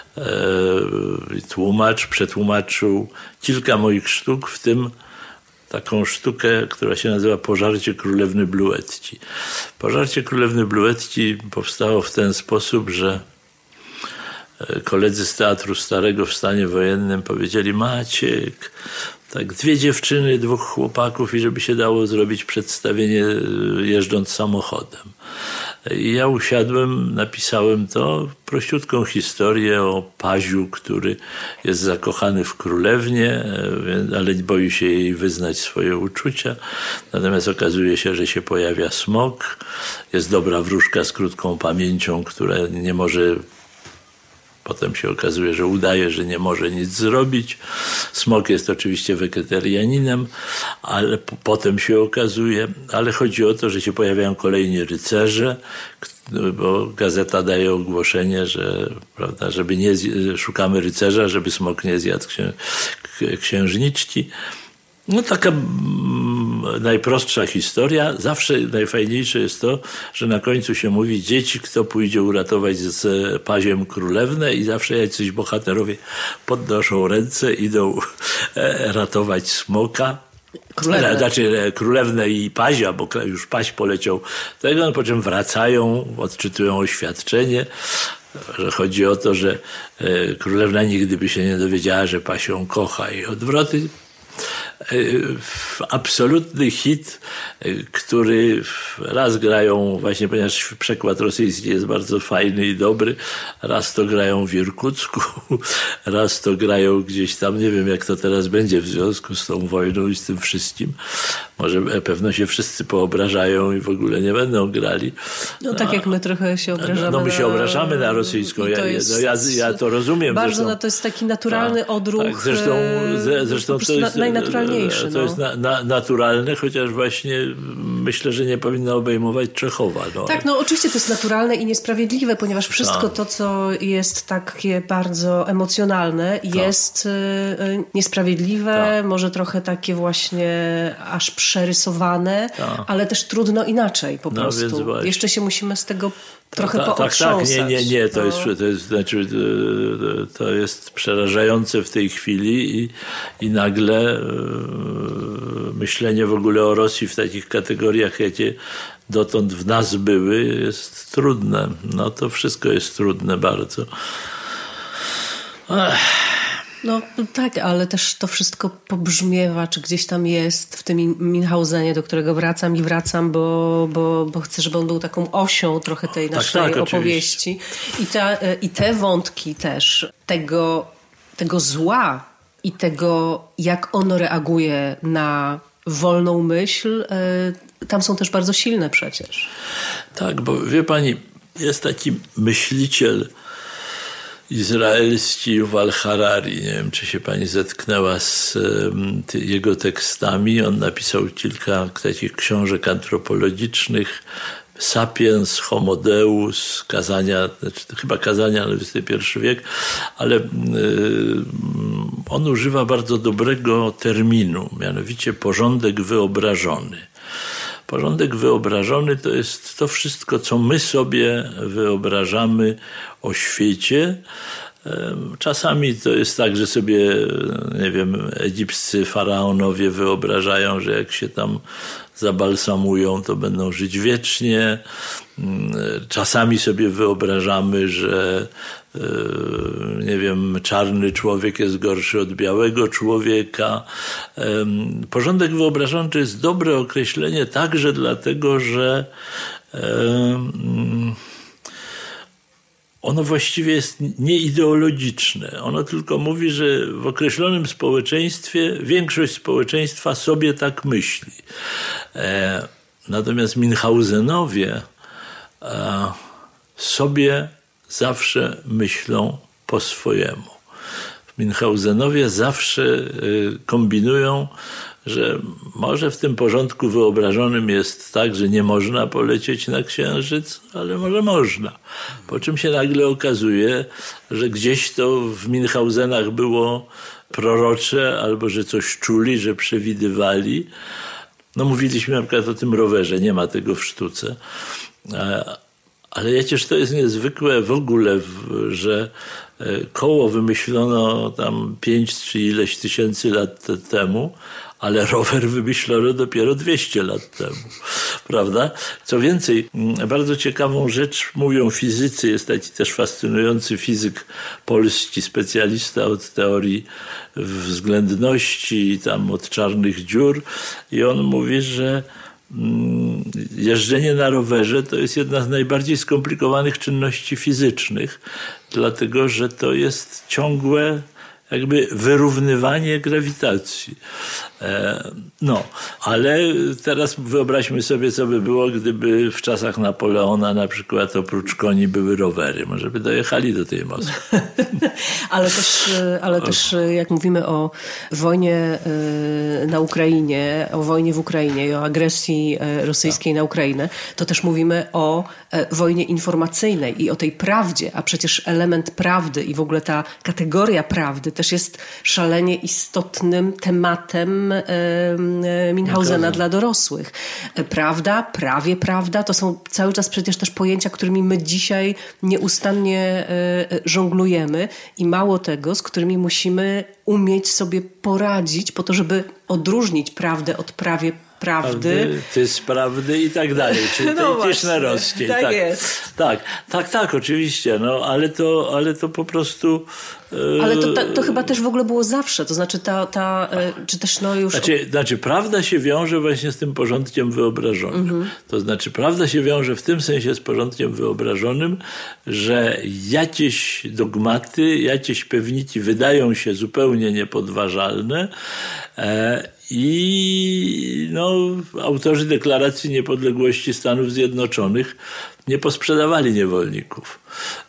tłumacz, przetłumaczył kilka moich sztuk, w tym taką sztukę, która się nazywa Pożarcie Królewny Bluetti. Pożarcie Królewny Bluetti powstało w ten sposób, że koledzy z Teatru Starego w stanie wojennym powiedzieli: Maciek, tak 2 dziewczyny, 2 chłopaków i żeby się dało zrobić przedstawienie jeżdżąc samochodem. I ja usiadłem, napisałem prościutką historię o Paziu, który jest zakochany w królewnie, ale boi się jej wyznać swoje uczucia. Natomiast okazuje się, że się pojawia smok. Jest dobra wróżka z krótką pamięcią, która nie może... Potem się okazuje, że udaje, że nie może nic zrobić. Smok jest oczywiście wegetarianinem, ale potem się okazuje, ale chodzi o to, że się pojawiają kolejni rycerze, bo gazeta daje ogłoszenie, że, prawda, żeby szukamy rycerza, żeby smok nie zjadł księżniczki. No taka najprostsza historia. Zawsze najfajniejsze jest to, że na końcu się mówi: dzieci, kto pójdzie uratować z Paziem królewnę, i zawsze jacyś bohaterowie podnoszą ręce, idą ratować smoka. Znaczy królewnę i Pazia, bo już Paź poleciał tego, po czym wracają, odczytują oświadczenie, że chodzi o to, że królewna nigdy by się nie dowiedziała, że Paź ją kocha, i odwroty. Absolutny hit, który raz grają właśnie, ponieważ przekład rosyjski jest bardzo fajny i dobry, raz to grają w Irkucku, raz to grają gdzieś tam, nie wiem jak to teraz będzie w związku z tą wojną i z tym wszystkim. Może pewno się wszyscy poobrażają i w ogóle nie będą grali. No tak jak my trochę się obrażamy. No my się obrażamy na rosyjską. Ja to rozumiem. Bardzo, zresztą, to jest taki naturalny odruch. Tak, zresztą to jest najnaturalniejszy. To jest naturalne, chociaż właśnie myślę, że nie powinno obejmować Czechowa. No. Tak, no oczywiście to jest naturalne i niesprawiedliwe, ponieważ wszystko to, co jest takie bardzo emocjonalne, jest niesprawiedliwe, może trochę takie właśnie aż przerysowane, ale też trudno inaczej po prostu. Jeszcze się musimy z tego trochę pootrząsać. Tak, nie, to jest przerażające w tej chwili i nagle myślenie w ogóle o Rosji w takich kategoriach, jakie dotąd w nas były, jest trudne. No to wszystko jest trudne bardzo. No tak, ale też to wszystko pobrzmiewa, czy gdzieś tam jest w tym Minhausenie, do którego wracam, bo chcę, żeby on był taką osią trochę tej naszej opowieści. I te wątki też, tego zła i tego, jak ono reaguje na wolną myśl, tam są też bardzo silne przecież. Tak, bo wie pani, jest taki myśliciel izraelski Yuval Harari. Nie wiem, czy się pani zetknęła z jego tekstami. On napisał kilka takich książek antropologicznych. Sapiens, Homo Deus, kazania, chyba kazania na XXI wiek, ale on używa bardzo dobrego terminu, mianowicie porządek wyobrażony. Porządek wyobrażony to jest to wszystko, co my sobie wyobrażamy o świecie, Czasami to jest tak, że sobie, nie wiem, egipscy faraonowie wyobrażają, że jak się tam zabalsamują, to będą żyć wiecznie. Czasami sobie wyobrażamy, że nie wiem, czarny człowiek jest gorszy od białego człowieka. Porządek wyobrażony to jest dobre określenie także dlatego, że ono właściwie jest nieideologiczne. Ono tylko mówi, że w określonym społeczeństwie większość społeczeństwa sobie tak myśli. Natomiast Münchausenowie sobie zawsze myślą po swojemu. Münchausenowie zawsze kombinują, że może w tym porządku wyobrażonym jest tak, że nie można polecieć na Księżyc, ale może można. Po czym się nagle okazuje, że gdzieś to w Münchausenach było prorocze, albo że coś czuli, że przewidywali. No mówiliśmy na przykład o tym rowerze, nie ma tego w sztuce. Ale przecież to jest niezwykłe w ogóle, że koło wymyślono tam 5 czy ileś tysięcy lat temu, ale rower wymyślono dopiero 200 lat temu, prawda? Co więcej, bardzo ciekawą rzecz mówią fizycy, jest taki też fascynujący fizyk polski, specjalista od teorii względności i tam od czarnych dziur i on mówi, że jeżdżenie na rowerze to jest jedna z najbardziej skomplikowanych czynności fizycznych, dlatego że to jest ciągłe jakby wyrównywanie grawitacji. No, ale teraz wyobraźmy sobie, co by było, gdyby w czasach Napoleona na przykład oprócz koni były rowery. Może by dojechali do tej Moskwy. ale też jak mówimy o wojnie na Ukrainie, o wojnie w Ukrainie i o agresji rosyjskiej na Ukrainę, to też mówimy o wojnie informacyjnej i o tej prawdzie, a przecież element prawdy i w ogóle ta kategoria prawdy też jest szalenie istotnym tematem Münchausena dla dorosłych. Prawda, prawie prawda, to są cały czas przecież też pojęcia, którymi my dzisiaj nieustannie żonglujemy i mało tego, z którymi musimy umieć sobie poradzić po to, żeby odróżnić prawdę od prawie prawdy. Ty z prawdy i tak dalej. Czyli no etyczne rosyjskie. Tak jest. Tak, oczywiście. No, ale to po prostu... Ale to chyba też w ogóle było zawsze. To znaczy czy też no już... Znaczy prawda się wiąże właśnie z tym porządkiem wyobrażonym. To znaczy prawda się wiąże w tym sensie z porządkiem wyobrażonym, że jakieś dogmaty, jakieś pewniki wydają się zupełnie niepodważalne i autorzy Deklaracji Niepodległości Stanów Zjednoczonych nie posprzedawali niewolników.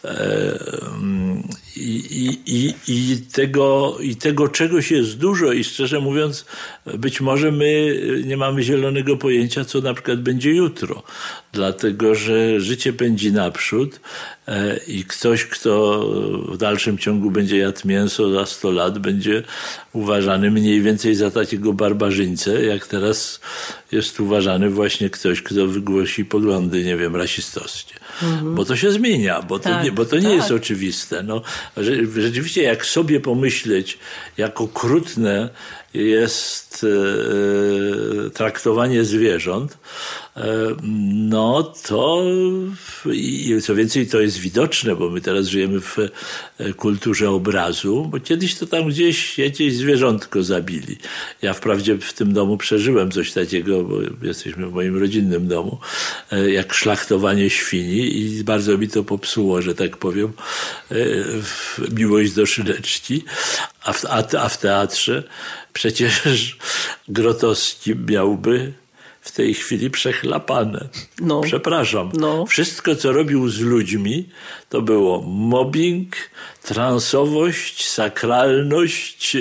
I tego czegoś jest dużo i szczerze mówiąc, być może my nie mamy zielonego pojęcia, co na przykład będzie jutro. Dlatego, że życie pędzi naprzód i ktoś, kto w dalszym ciągu będzie jadł mięso za 100 lat, będzie uważany mniej więcej za takiego barbarzyńcę, jak teraz jest uważany właśnie ktoś, kto wygłosi poglądy, nie wiem, rasistowskie. Bo to się zmienia, bo to nie jest oczywiste. No, rzeczywiście, jak sobie pomyśleć, jak okrutne jest traktowanie zwierząt, no to i co więcej to jest widoczne, bo my teraz żyjemy w kulturze obrazu, bo kiedyś to tam gdzieś jakieś zwierzątko zabili. Ja wprawdzie w tym domu przeżyłem coś takiego, bo jesteśmy w moim rodzinnym domu, jak szlachtowanie świni i bardzo mi to popsuło, że tak powiem, miłość do szyneczki. A w teatrze przecież Grotowski miałby w tej chwili przechlapane. No. Przepraszam. No. Wszystko, co robił z ludźmi, to było mobbing, transowość, sakralność,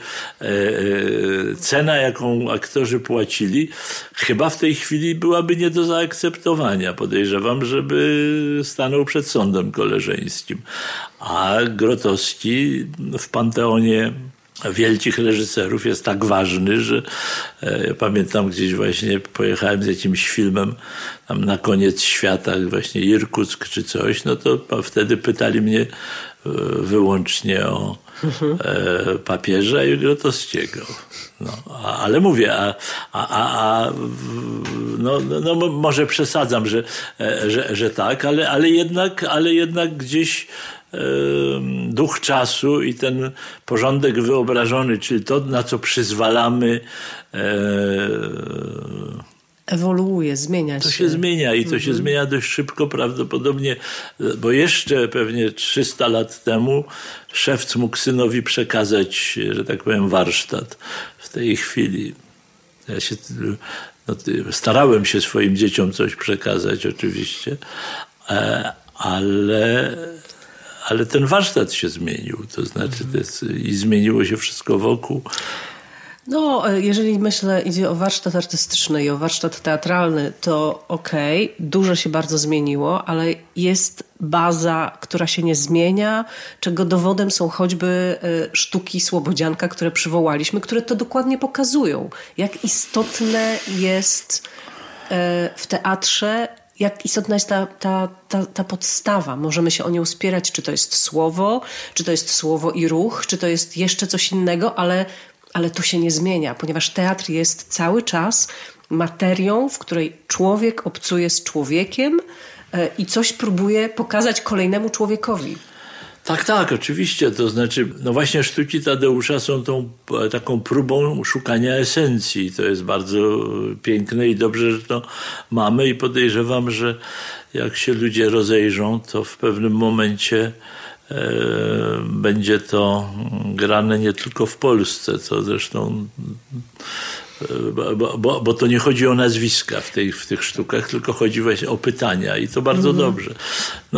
cena, jaką aktorzy płacili, chyba w tej chwili byłaby nie do zaakceptowania. Podejrzewam, żeby stanął przed sądem koleżeńskim. A Grotowski w panteonie wielkich reżyserów jest tak ważny, że ja pamiętam gdzieś właśnie pojechałem z jakimś filmem tam na koniec świata, właśnie Irkuck czy coś, no to wtedy pytali mnie wyłącznie o papieża i Grotowskiego. No, ale mówię, no może przesadzam, że tak, ale jednak gdzieś duch czasu i ten porządek wyobrażony, czyli to, na co przyzwalamy, ewoluuje, zmienia się. To się zmienia i to się zmienia dość szybko prawdopodobnie, bo jeszcze pewnie 300 lat temu szewc mógł synowi przekazać, że tak powiem, warsztat. W tej chwili ja się starałem się swoim dzieciom coś przekazać oczywiście, ale ten warsztat się zmienił, to znaczy i zmieniło się wszystko wokół. No, jeżeli idzie o warsztat artystyczny i o warsztat teatralny, to okej, dużo się bardzo zmieniło, ale jest baza, która się nie zmienia, czego dowodem są choćby sztuki Słobodzianka, które przywołaliśmy, które to dokładnie pokazują, jak istotne jest w teatrze, jak istotna jest ta podstawa. Możemy się o nią spierać, czy to jest słowo i ruch, czy to jest jeszcze coś innego, ale to się nie zmienia, ponieważ teatr jest cały czas materią, w której człowiek obcuje z człowiekiem i coś próbuje pokazać kolejnemu człowiekowi. Tak, oczywiście. To znaczy, no właśnie sztuki Tadeusza są taką próbą szukania esencji. To jest bardzo piękne i dobrze, że to mamy i podejrzewam, że jak się ludzie rozejrzą, to w pewnym momencie będzie to grane nie tylko w Polsce, co zresztą bo to nie chodzi o nazwiska w tych sztukach, tylko chodzi właśnie o pytania i to bardzo dobrze. No.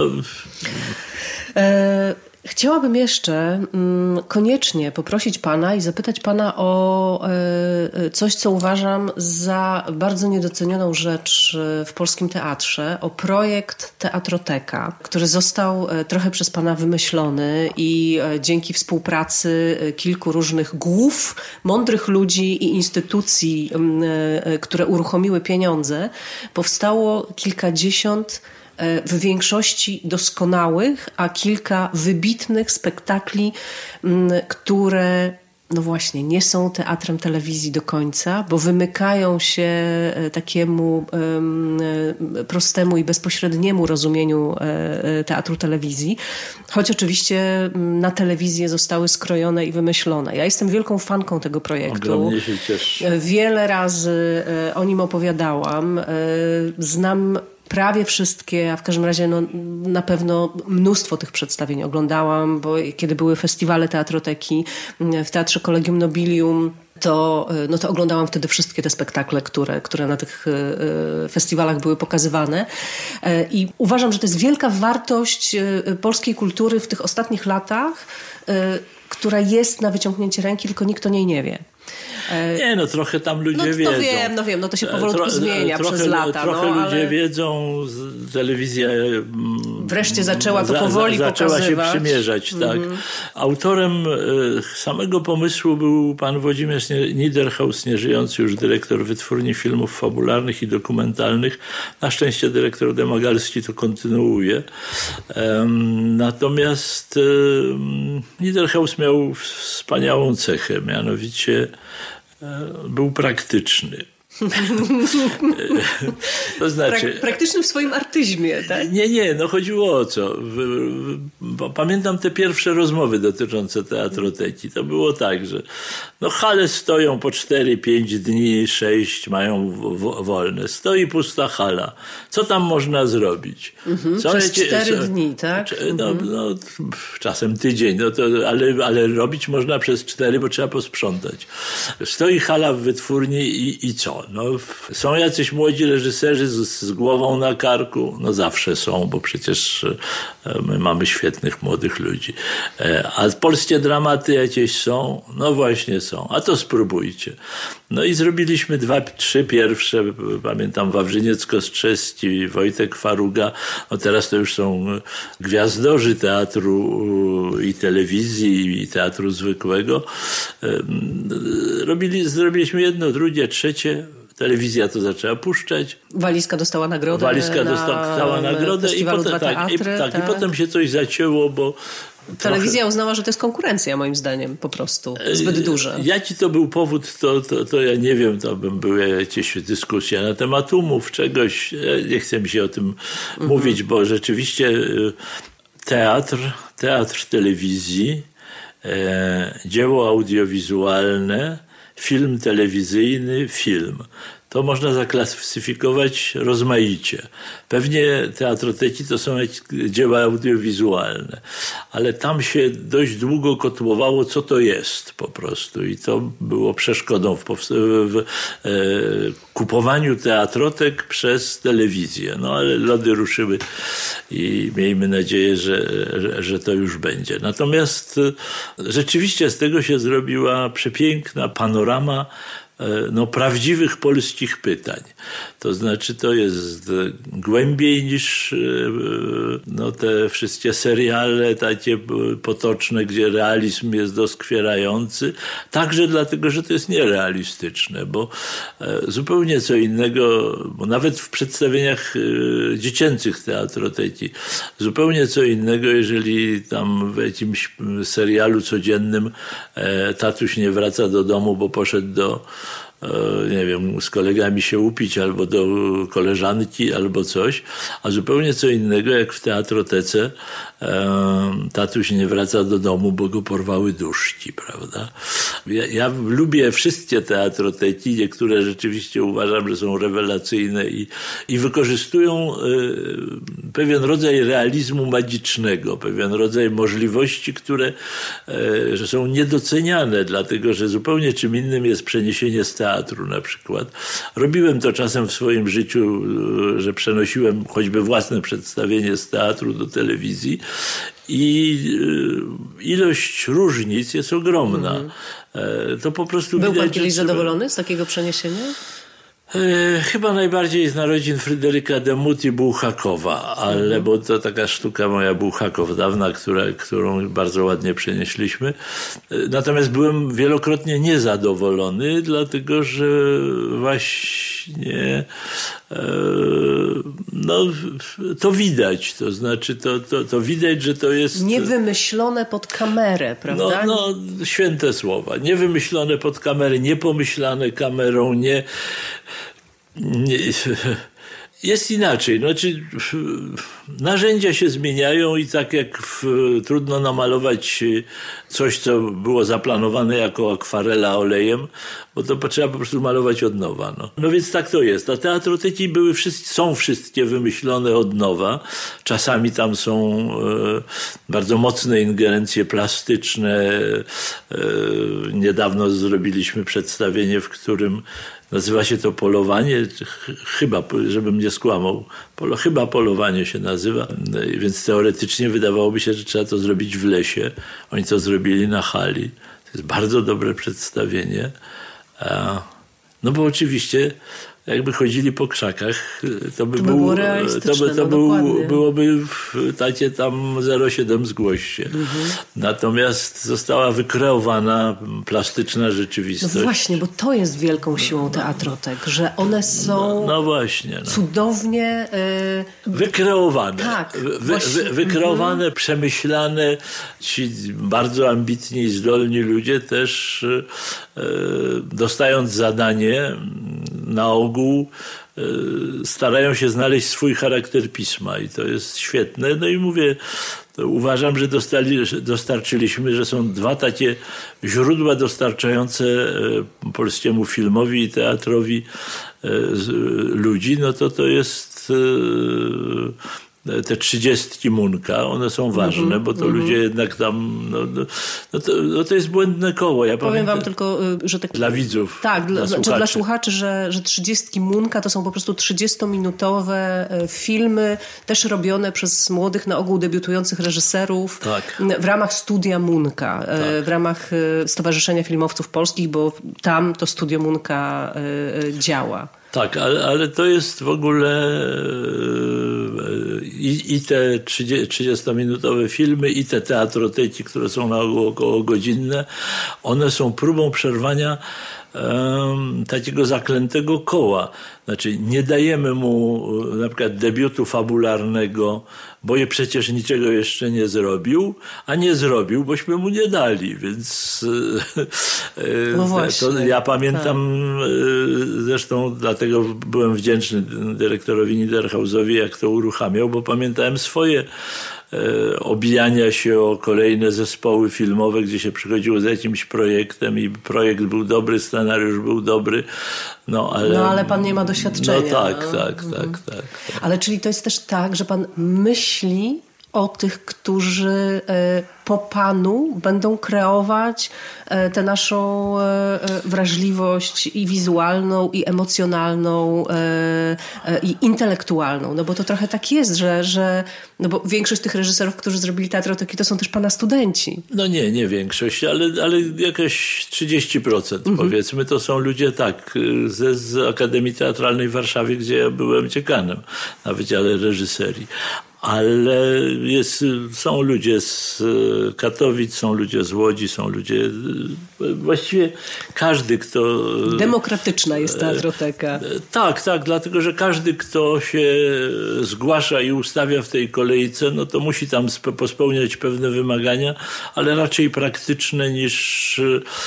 Chciałabym jeszcze koniecznie poprosić pana i zapytać pana o coś, co uważam za bardzo niedocenioną rzecz w polskim teatrze, o projekt Teatroteka, który został trochę przez pana wymyślony i dzięki współpracy kilku różnych głów, mądrych ludzi i instytucji, które uruchomiły pieniądze, powstało kilkadziesiąt w większości doskonałych, a kilka wybitnych spektakli, które no właśnie nie są teatrem telewizji do końca, bo wymykają się takiemu prostemu i bezpośredniemu rozumieniu teatru telewizji, choć oczywiście na telewizję zostały skrojone i wymyślone. Ja jestem wielką fanką tego projektu. Ogromnie się cieszę. Wiele razy o nim opowiadałam. Znam prawie wszystkie, a w każdym razie na pewno mnóstwo tych przedstawień oglądałam, bo kiedy były festiwale Teatroteki w Teatrze Collegium Nobilium, to oglądałam wtedy wszystkie te spektakle, które na tych festiwalach były pokazywane. I uważam, że to jest wielka wartość polskiej kultury w tych ostatnich latach, która jest na wyciągnięcie ręki, tylko nikt o niej nie wie. Nie, trochę tam ludzie wiedzą. Wiem, to się powolutku zmienia przez lata. Trochę ludzie wiedzą, telewizja wreszcie zaczęła to powoli zaczęła pokazywać. się przymierzać, tak. Autorem samego pomysłu był pan Włodzimierz Niederhaus, nieżyjący już dyrektor Wytwórni Filmów Fabularnych i Dokumentalnych. Na szczęście dyrektor Domagalski to kontynuuje. Natomiast Niederhaus miał wspaniałą cechę, mianowicie był praktyczny. To znaczy, praktyczny w swoim artyzmie, tak? Nie, chodziło o co. Pamiętam te pierwsze rozmowy dotyczące Teatroteki. To było tak, że hale stoją po 4-5 dni, 6 mają wolne. Stoi pusta hala. Co tam można zrobić? Przez 4 dni, tak? Czasem tydzień, ale robić można przez 4, bo trzeba posprzątać. Stoi hala w wytwórni i co? Są jacyś młodzi reżyserzy z głową na karku? Zawsze są, bo przecież my mamy świetnych młodych ludzi. A polskie dramaty jakieś są? No właśnie są. A to spróbujcie. No i zrobiliśmy 2-3 pierwsze, pamiętam Wawrzyniec-Kostrzeski, Wojtek Faruga, no teraz to już są gwiazdorzy teatru i telewizji i teatru zwykłego. Zrobiliśmy jedno, drugie, trzecie. Telewizja to zaczęła puszczać. Walizka dostała nagrodę. Dostała nagrodę i potem się coś zacięło, bo telewizja uznała, że to jest konkurencja, moim zdaniem, po prostu. Zbyt duża. Jaki to był powód, to ja nie wiem. To były jakieś dyskusje na temat umów, czegoś. Nie chcę mi się o tym mówić, bo rzeczywiście teatr telewizji, dzieło audiowizualne, film telewizyjny, film. To można zaklasyfikować rozmaicie. Pewnie teatroteki to są dzieła audiowizualne, ale tam się dość długo kotłowało, co to jest po prostu. I to było przeszkodą w kupowaniu teatrotek przez telewizję. No ale lody ruszyły i miejmy nadzieję, że to już będzie. Natomiast rzeczywiście z tego się zrobiła przepiękna panorama prawdziwych polskich pytań. To znaczy to jest głębiej niż te wszystkie seriale takie potoczne, gdzie realizm jest doskwierający. Także dlatego, że to jest nierealistyczne, bo zupełnie co innego, bo nawet w przedstawieniach dziecięcych teatroteki, zupełnie co innego, jeżeli tam w jakimś serialu codziennym tatuś nie wraca do domu, bo poszedł nie wiem, z kolegami się upić albo do koleżanki albo coś, a zupełnie co innego jak w teatrotece tatuś nie wraca do domu, bo go porwały duszki, prawda? Ja lubię wszystkie teatroteki, niektóre rzeczywiście uważam, że są rewelacyjne i wykorzystują pewien rodzaj realizmu magicznego, pewien rodzaj możliwości, które że są niedoceniane, dlatego że zupełnie czym innym jest przeniesienie z teatru na przykład. Robiłem to czasem w swoim życiu, że przenosiłem choćby własne przedstawienie z teatru do telewizji i ilość różnic jest ogromna. To po prostu był pan kiedyś zadowolony z takiego przeniesienia? Chyba najbardziej z narodzin Fryderyka Demuth i Bułhakowa, ale bo to taka sztuka moja Bułhakow dawna, którą bardzo ładnie przenieśliśmy. Natomiast byłem wielokrotnie niezadowolony, dlatego że właśnie to widać, to znaczy to widać, że to jest niewymyślone pod kamerę, prawda? Święte słowa. Niewymyślone pod kamerę, niepomyślane kamerą, jest inaczej. Znaczy, narzędzia się zmieniają i tak jak trudno namalować coś, co było zaplanowane jako akwarela olejem, bo to trzeba po prostu malować od nowa. No więc tak to jest. A teatroteki są wszystkie wymyślone od nowa. Czasami tam są bardzo mocne ingerencje plastyczne. Niedawno zrobiliśmy przedstawienie, w którym nazywa się to Polowanie, chyba, żebym nie skłamał, chyba Polowanie się nazywa, więc teoretycznie wydawałoby się, że trzeba to zrobić w lesie. Oni to zrobili na hali. To jest bardzo dobre przedstawienie. No bo oczywiście jakby chodzili po krzakach, byłoby takie tam 07 zgłoś się. Natomiast została wykreowana plastyczna rzeczywistość. No właśnie, bo to jest wielką siłą teatrotek, że one są cudownie wykreowane. Tak, wykreowane, przemyślane. Ci bardzo ambitni i zdolni ludzie też dostając zadanie na ogół starają się znaleźć swój charakter pisma i to jest świetne. No i mówię, uważam, że dostarczyliśmy, że są dwa takie źródła dostarczające polskiemu filmowi i teatrowi ludzi, no to jest te 30 Munka, one są ważne, bo to ludzie jednak tam, to jest błędne koło. Ja powiem wam tylko, że tak, dla widzów, tak, dla słuchaczy, że 30 Munka to są po prostu 30-minutowe filmy, też robione przez młodych, na ogół debiutujących reżyserów, tak, w ramach studia Munka, tak, w ramach Stowarzyszenia Filmowców Polskich, bo tam to studio Munka działa. Tak, ale to jest w ogóle i te 30-minutowe filmy, i te teatroteki, które są na ogół około godzinne, one są próbą przerwania takiego zaklętego koła. Znaczy nie dajemy mu na przykład debiutu fabularnego, bo przecież niczego jeszcze nie zrobił, a nie zrobił, bośmy mu nie dali, więc no właśnie, to ja pamiętam, zresztą dlatego byłem wdzięczny dyrektorowi Niederhausowi, jak to uruchamiał, bo pamiętałem swoje obijania się o kolejne zespoły filmowe, gdzie się przychodziło z jakimś projektem i projekt był dobry, scenariusz był dobry, ale pan nie ma doświadczenia. No tak. Ale czyli to jest też tak, że pan myśli o tych, którzy po panu będą kreować tę naszą wrażliwość i wizualną, i emocjonalną, i intelektualną. No bo to trochę tak jest, że no bo większość tych reżyserów, którzy zrobili teatroteki, to są też pana studenci. No nie większość, ale jakieś 30% powiedzmy, to są ludzie z Akademii Teatralnej w Warszawie, gdzie ja byłem dziekanem na Wydziale Reżyserii. Ale są ludzie z Katowic, są ludzie z Łodzi, są ludzie... Właściwie każdy, kto... Demokratyczna jest teatroteka. Tak, dlatego, że każdy, kto się zgłasza i ustawia w tej kolejce, no to musi tam pospełniać pewne wymagania, ale raczej praktyczne niż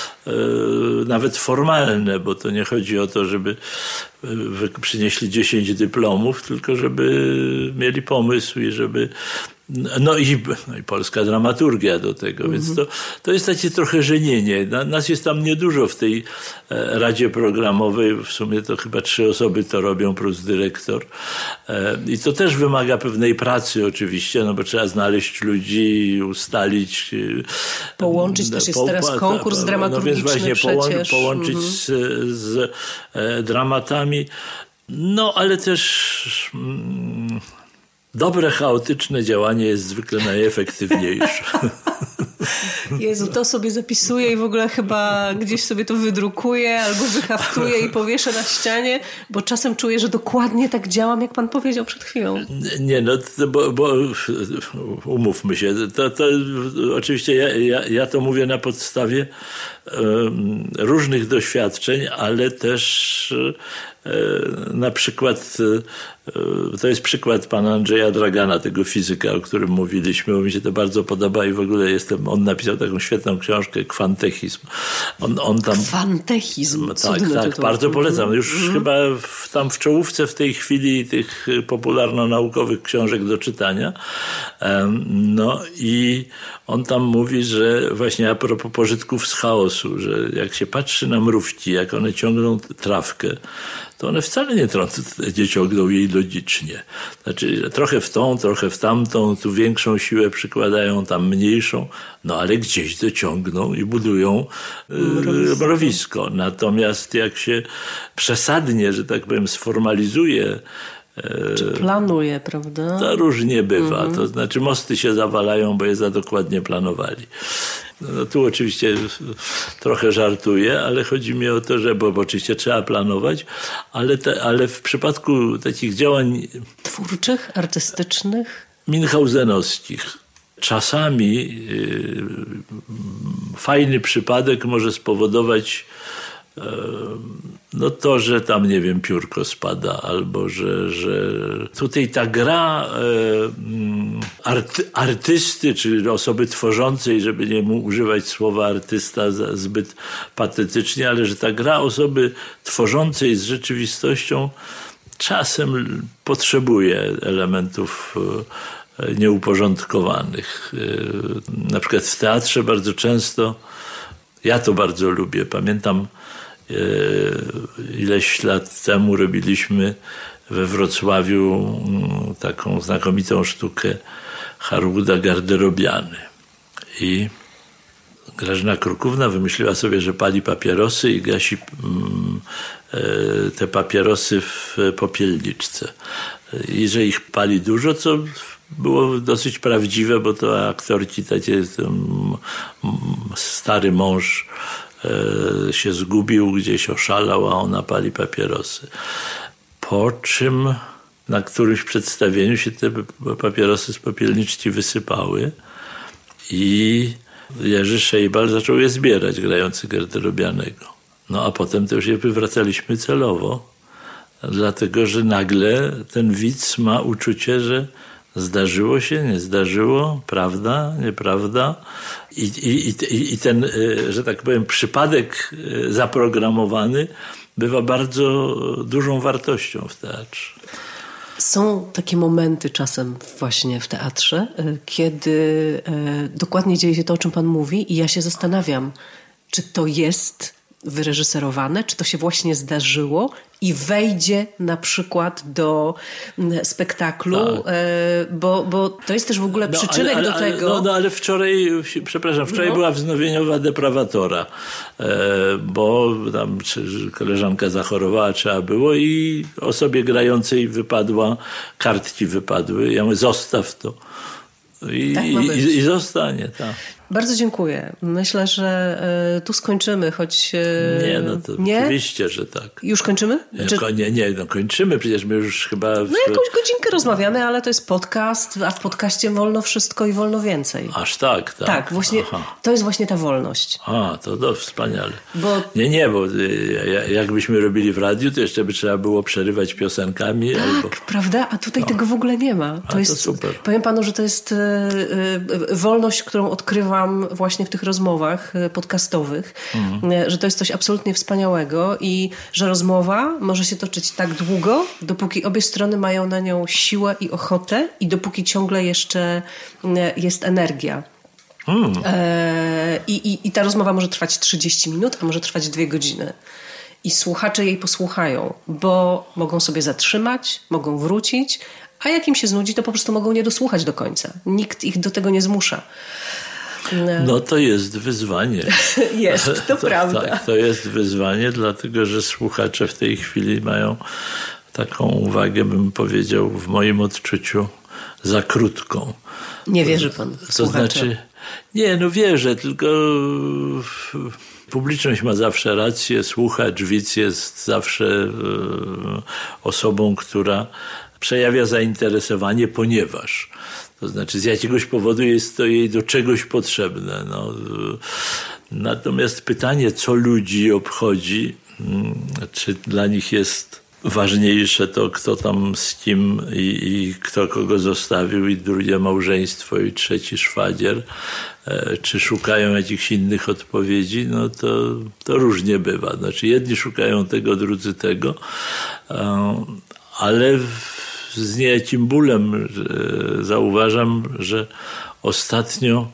nawet formalne, i nie chodzi o to, żeby przynieśli 10 dyplomów, tylko żeby mieli pomysł i żeby... No i polska dramaturgia do tego, więc to jest takie trochę żenienie. Nas jest tam niedużo w tej Radzie Programowej, w sumie to chyba 3 osoby to robią plus dyrektor. I to też wymaga pewnej pracy oczywiście, bo trzeba znaleźć ludzi, ustalić. Połączyć też jest teraz konkurs dramaturgiczny więc właśnie połączyć z dramatami. No ale też... dobre, chaotyczne działanie jest zwykle najefektywniejsze. Jezu, to sobie zapisuję i w ogóle chyba gdzieś sobie to wydrukuję albo wyhaftuję i powieszę na ścianie, bo czasem czuję, że dokładnie tak działam, jak pan powiedział przed chwilą. Nie, bo umówmy się. To oczywiście ja to mówię na podstawie różnych doświadczeń, ale też na przykład to jest przykład pana Andrzeja Dragana, tego fizyka, o którym mówiliśmy, bo mi się to bardzo podoba i w ogóle on napisał taką świetną książkę Kwantechizm. On tam... Kwantechizm? Tak, bardzo polecam. Już chyba tam w czołówce w tej chwili tych popularno-naukowych książek do czytania. No i on tam mówi, że właśnie a propos pożytków z chaosu, że jak się patrzy na mrówki, jak one ciągną trawkę, to one wcale nie ciągną jej logicznie. Znaczy trochę w tą, trochę w tamtą, tu większą siłę przykładają, tam mniejszą, ale gdzieś dociągną i budują mrowisko. Natomiast jak się przesadnie, że tak powiem, sformalizuje, czy planuje, prawda? To różnie bywa. To znaczy mosty się zawalają, bo je za dokładnie planowali. No, tu oczywiście trochę żartuję, ale chodzi mi o to, że bo oczywiście trzeba planować, ale w przypadku takich działań twórczych, artystycznych, minchausenowskich, czasami fajny przypadek może spowodować to, że tam, nie wiem, piórko spada, albo że tutaj ta gra artysty, czy osoby tworzącej, żeby nie używać słowa artysta zbyt patetycznie, ale że ta gra osoby tworzącej z rzeczywistością czasem potrzebuje elementów nieuporządkowanych. Na przykład w teatrze bardzo często, ja to bardzo lubię, pamiętam ileś lat temu robiliśmy we Wrocławiu taką znakomitą sztukę Haruda Garderobiany. I Grażyna Krukówna wymyśliła sobie, że pali papierosy i gasi te papierosy w popielniczce. I że ich pali dużo, co było dosyć prawdziwe, bo to aktorki takie, stary mąż się zgubił, gdzieś oszalał, a ona pali papierosy. Po czym na którymś przedstawieniu się te papierosy z popielniczki wysypały i Jerzy Szejbal zaczął je zbierać, grający Garderobianego. No a potem to już je wywracaliśmy celowo, dlatego że nagle ten widz ma uczucie, że zdarzyło się, nie zdarzyło, prawda, nieprawda. I ten, że tak powiem, przypadek zaprogramowany bywa bardzo dużą wartością w teatrze. Są takie momenty czasem właśnie w teatrze, kiedy dokładnie dzieje się to, o czym pan mówi, i ja się zastanawiam, czy to jest wyreżyserowane, czy to się właśnie zdarzyło i wejdzie na przykład do spektaklu, tak. bo to jest też w ogóle przyczynek do tego. Ale wczoraj była wznowieniowa Deprawatora, bo tam koleżanka zachorowała, trzeba było i osobie grającej kartki wypadły. Ja mówię, zostaw to. I zostanie, tak. Bardzo dziękuję. Myślę, że tu skończymy, choć... Nie? Oczywiście, że tak. Już kończymy? Kończymy. Przecież my już chyba... jakąś godzinkę rozmawiamy, ale to jest podcast, a w podcaście wolno wszystko i wolno więcej. Aż tak? Tak, właśnie to jest właśnie ta wolność. To wspaniale. Bo jakbyśmy robili w radiu, to jeszcze by trzeba było przerywać piosenkami. Tak, prawda? A tutaj tego w ogóle nie ma. To super. Powiem panu, że to jest wolność, którą odkrywam właśnie w tych rozmowach podcastowych, że to jest coś absolutnie wspaniałego i że rozmowa może się toczyć tak długo, dopóki obie strony mają na nią siłę i ochotę i dopóki ciągle jeszcze jest energia. I ta rozmowa może trwać 30 minut, a może trwać 2 godziny. I słuchacze jej posłuchają, bo mogą sobie zatrzymać, mogą wrócić, a jak im się znudzi, to po prostu mogą nie dosłuchać do końca. Nikt ich do tego nie zmusza. No to jest wyzwanie. To prawda. Tak, to jest wyzwanie, dlatego że słuchacze w tej chwili mają taką uwagę, bym powiedział, w moim odczuciu za krótką. Nie wierzy pan w słuchacze? To znaczy, wierzę, tylko publiczność ma zawsze rację, słuchacz, widz jest zawsze osobą, która przejawia zainteresowanie, ponieważ to znaczy z jakiegoś powodu jest to jej do czegoś potrzebne. Natomiast pytanie, co ludzi obchodzi, czy dla nich jest ważniejsze to, kto tam z kim i kto kogo zostawił i drugie małżeństwo i trzeci szwagier, czy szukają jakichś innych odpowiedzi, to różnie bywa. Znaczy jedni szukają tego, drudzy tego, ale z niejakim bólem zauważam, że ostatnio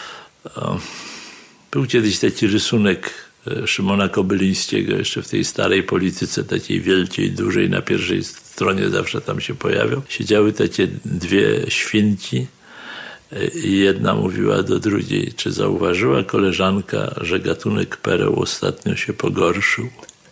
był kiedyś taki rysunek Szymona Kobylińskiego jeszcze w tej starej polityce, takiej wielkiej, dużej, na pierwszej stronie zawsze tam się pojawiał. Siedziały takie 2 świnki i jedna mówiła do drugiej, czy zauważyła koleżanka, że gatunek pereł ostatnio się pogorszył?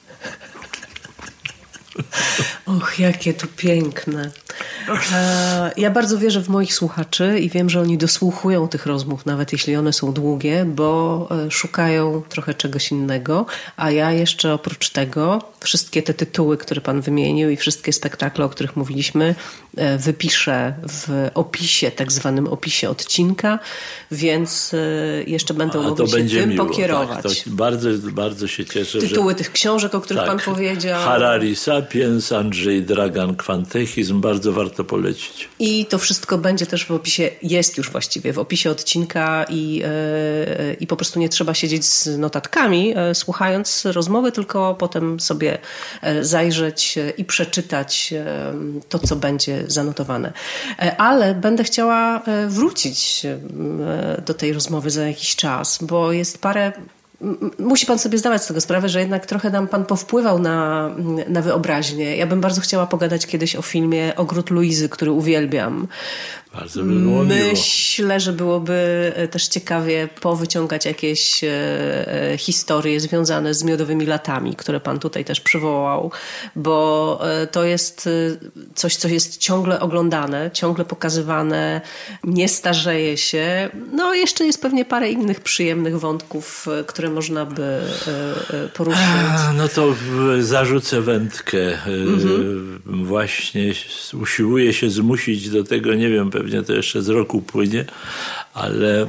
Och, jakie to piękne. Ja bardzo wierzę w moich słuchaczy i wiem, że oni dosłuchują tych rozmów, nawet jeśli one są długie, bo szukają trochę czegoś innego, a ja jeszcze oprócz tego wszystkie te tytuły, które pan wymienił i wszystkie spektakle, o których mówiliśmy, wypiszę w opisie, tak zwanym opisie odcinka, więc jeszcze będą mogli się tym miło, pokierować. Tak, bardzo, bardzo się cieszę. Tytuły tych książek, o których pan powiedział. Harari Sapiens, Andrzej Dragan, Kwantechizm, bardzo warto polecić. I to wszystko będzie też w opisie, jest już właściwie w opisie odcinka i po prostu nie trzeba siedzieć z notatkami, słuchając rozmowy, tylko potem sobie zajrzeć i przeczytać to, co będzie zanotowane. Ale będę chciała wrócić do tej rozmowy za jakiś czas, bo jest parę musi pan sobie zdawać z tego sprawę, że jednak trochę nam pan powpływał na wyobraźnię. Ja bym bardzo chciała pogadać kiedyś o filmie Ogród Luizy, który uwielbiam. Bardzo by było miło. Myślę, że byłoby też ciekawie powyciągać jakieś historie związane z Miodowymi latami, które pan tutaj też przywołał, bo to jest coś, co jest ciągle oglądane, ciągle pokazywane, nie starzeje się. No jeszcze jest pewnie parę innych przyjemnych wątków, które można by poruszyć. No to zarzucę wędkę. Właśnie usiłuję się zmusić do tego, nie wiem, pewnie to jeszcze z roku płynie, ale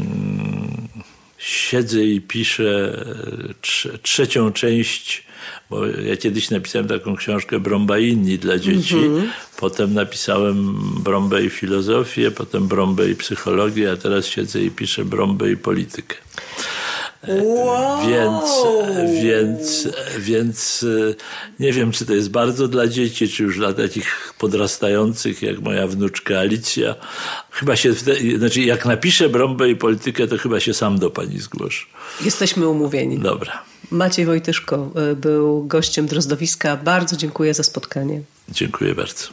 siedzę i piszę trzecią część, bo ja kiedyś napisałem taką książkę Brąba i inni dla dzieci, potem napisałem Brąbę i filozofię, potem Brąbę i psychologię, a teraz siedzę i piszę Brąbę i politykę. Wow. Więc nie wiem, czy to jest bardzo dla dzieci, czy już dla takich podrastających, jak moja wnuczka Alicja. Chyba się, znaczy jak napiszę Brąbę i politykę, to chyba się sam do pani zgłoszę. Jesteśmy umówieni. Dobra. Maciej Wojtyszko był gościem Drozdowiska. Bardzo dziękuję za spotkanie. Dziękuję bardzo.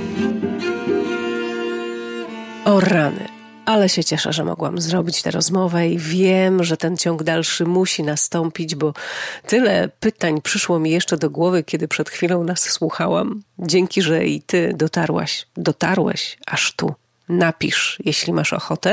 O rany. Ale się cieszę, że mogłam zrobić tę rozmowę i wiem, że ten ciąg dalszy musi nastąpić, bo tyle pytań przyszło mi jeszcze do głowy, kiedy przed chwilą nas słuchałam. Dzięki, że i ty dotarłeś aż tu. Napisz, jeśli masz ochotę,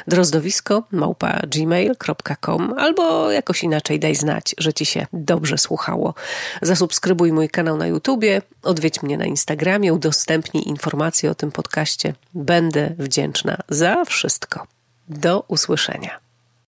drozdowisko@gmail.com albo jakoś inaczej daj znać, że ci się dobrze słuchało. Zasubskrybuj mój kanał na YouTubie, odwiedź mnie na Instagramie, udostępnij informacje o tym podcaście. Będę wdzięczna za wszystko. Do usłyszenia.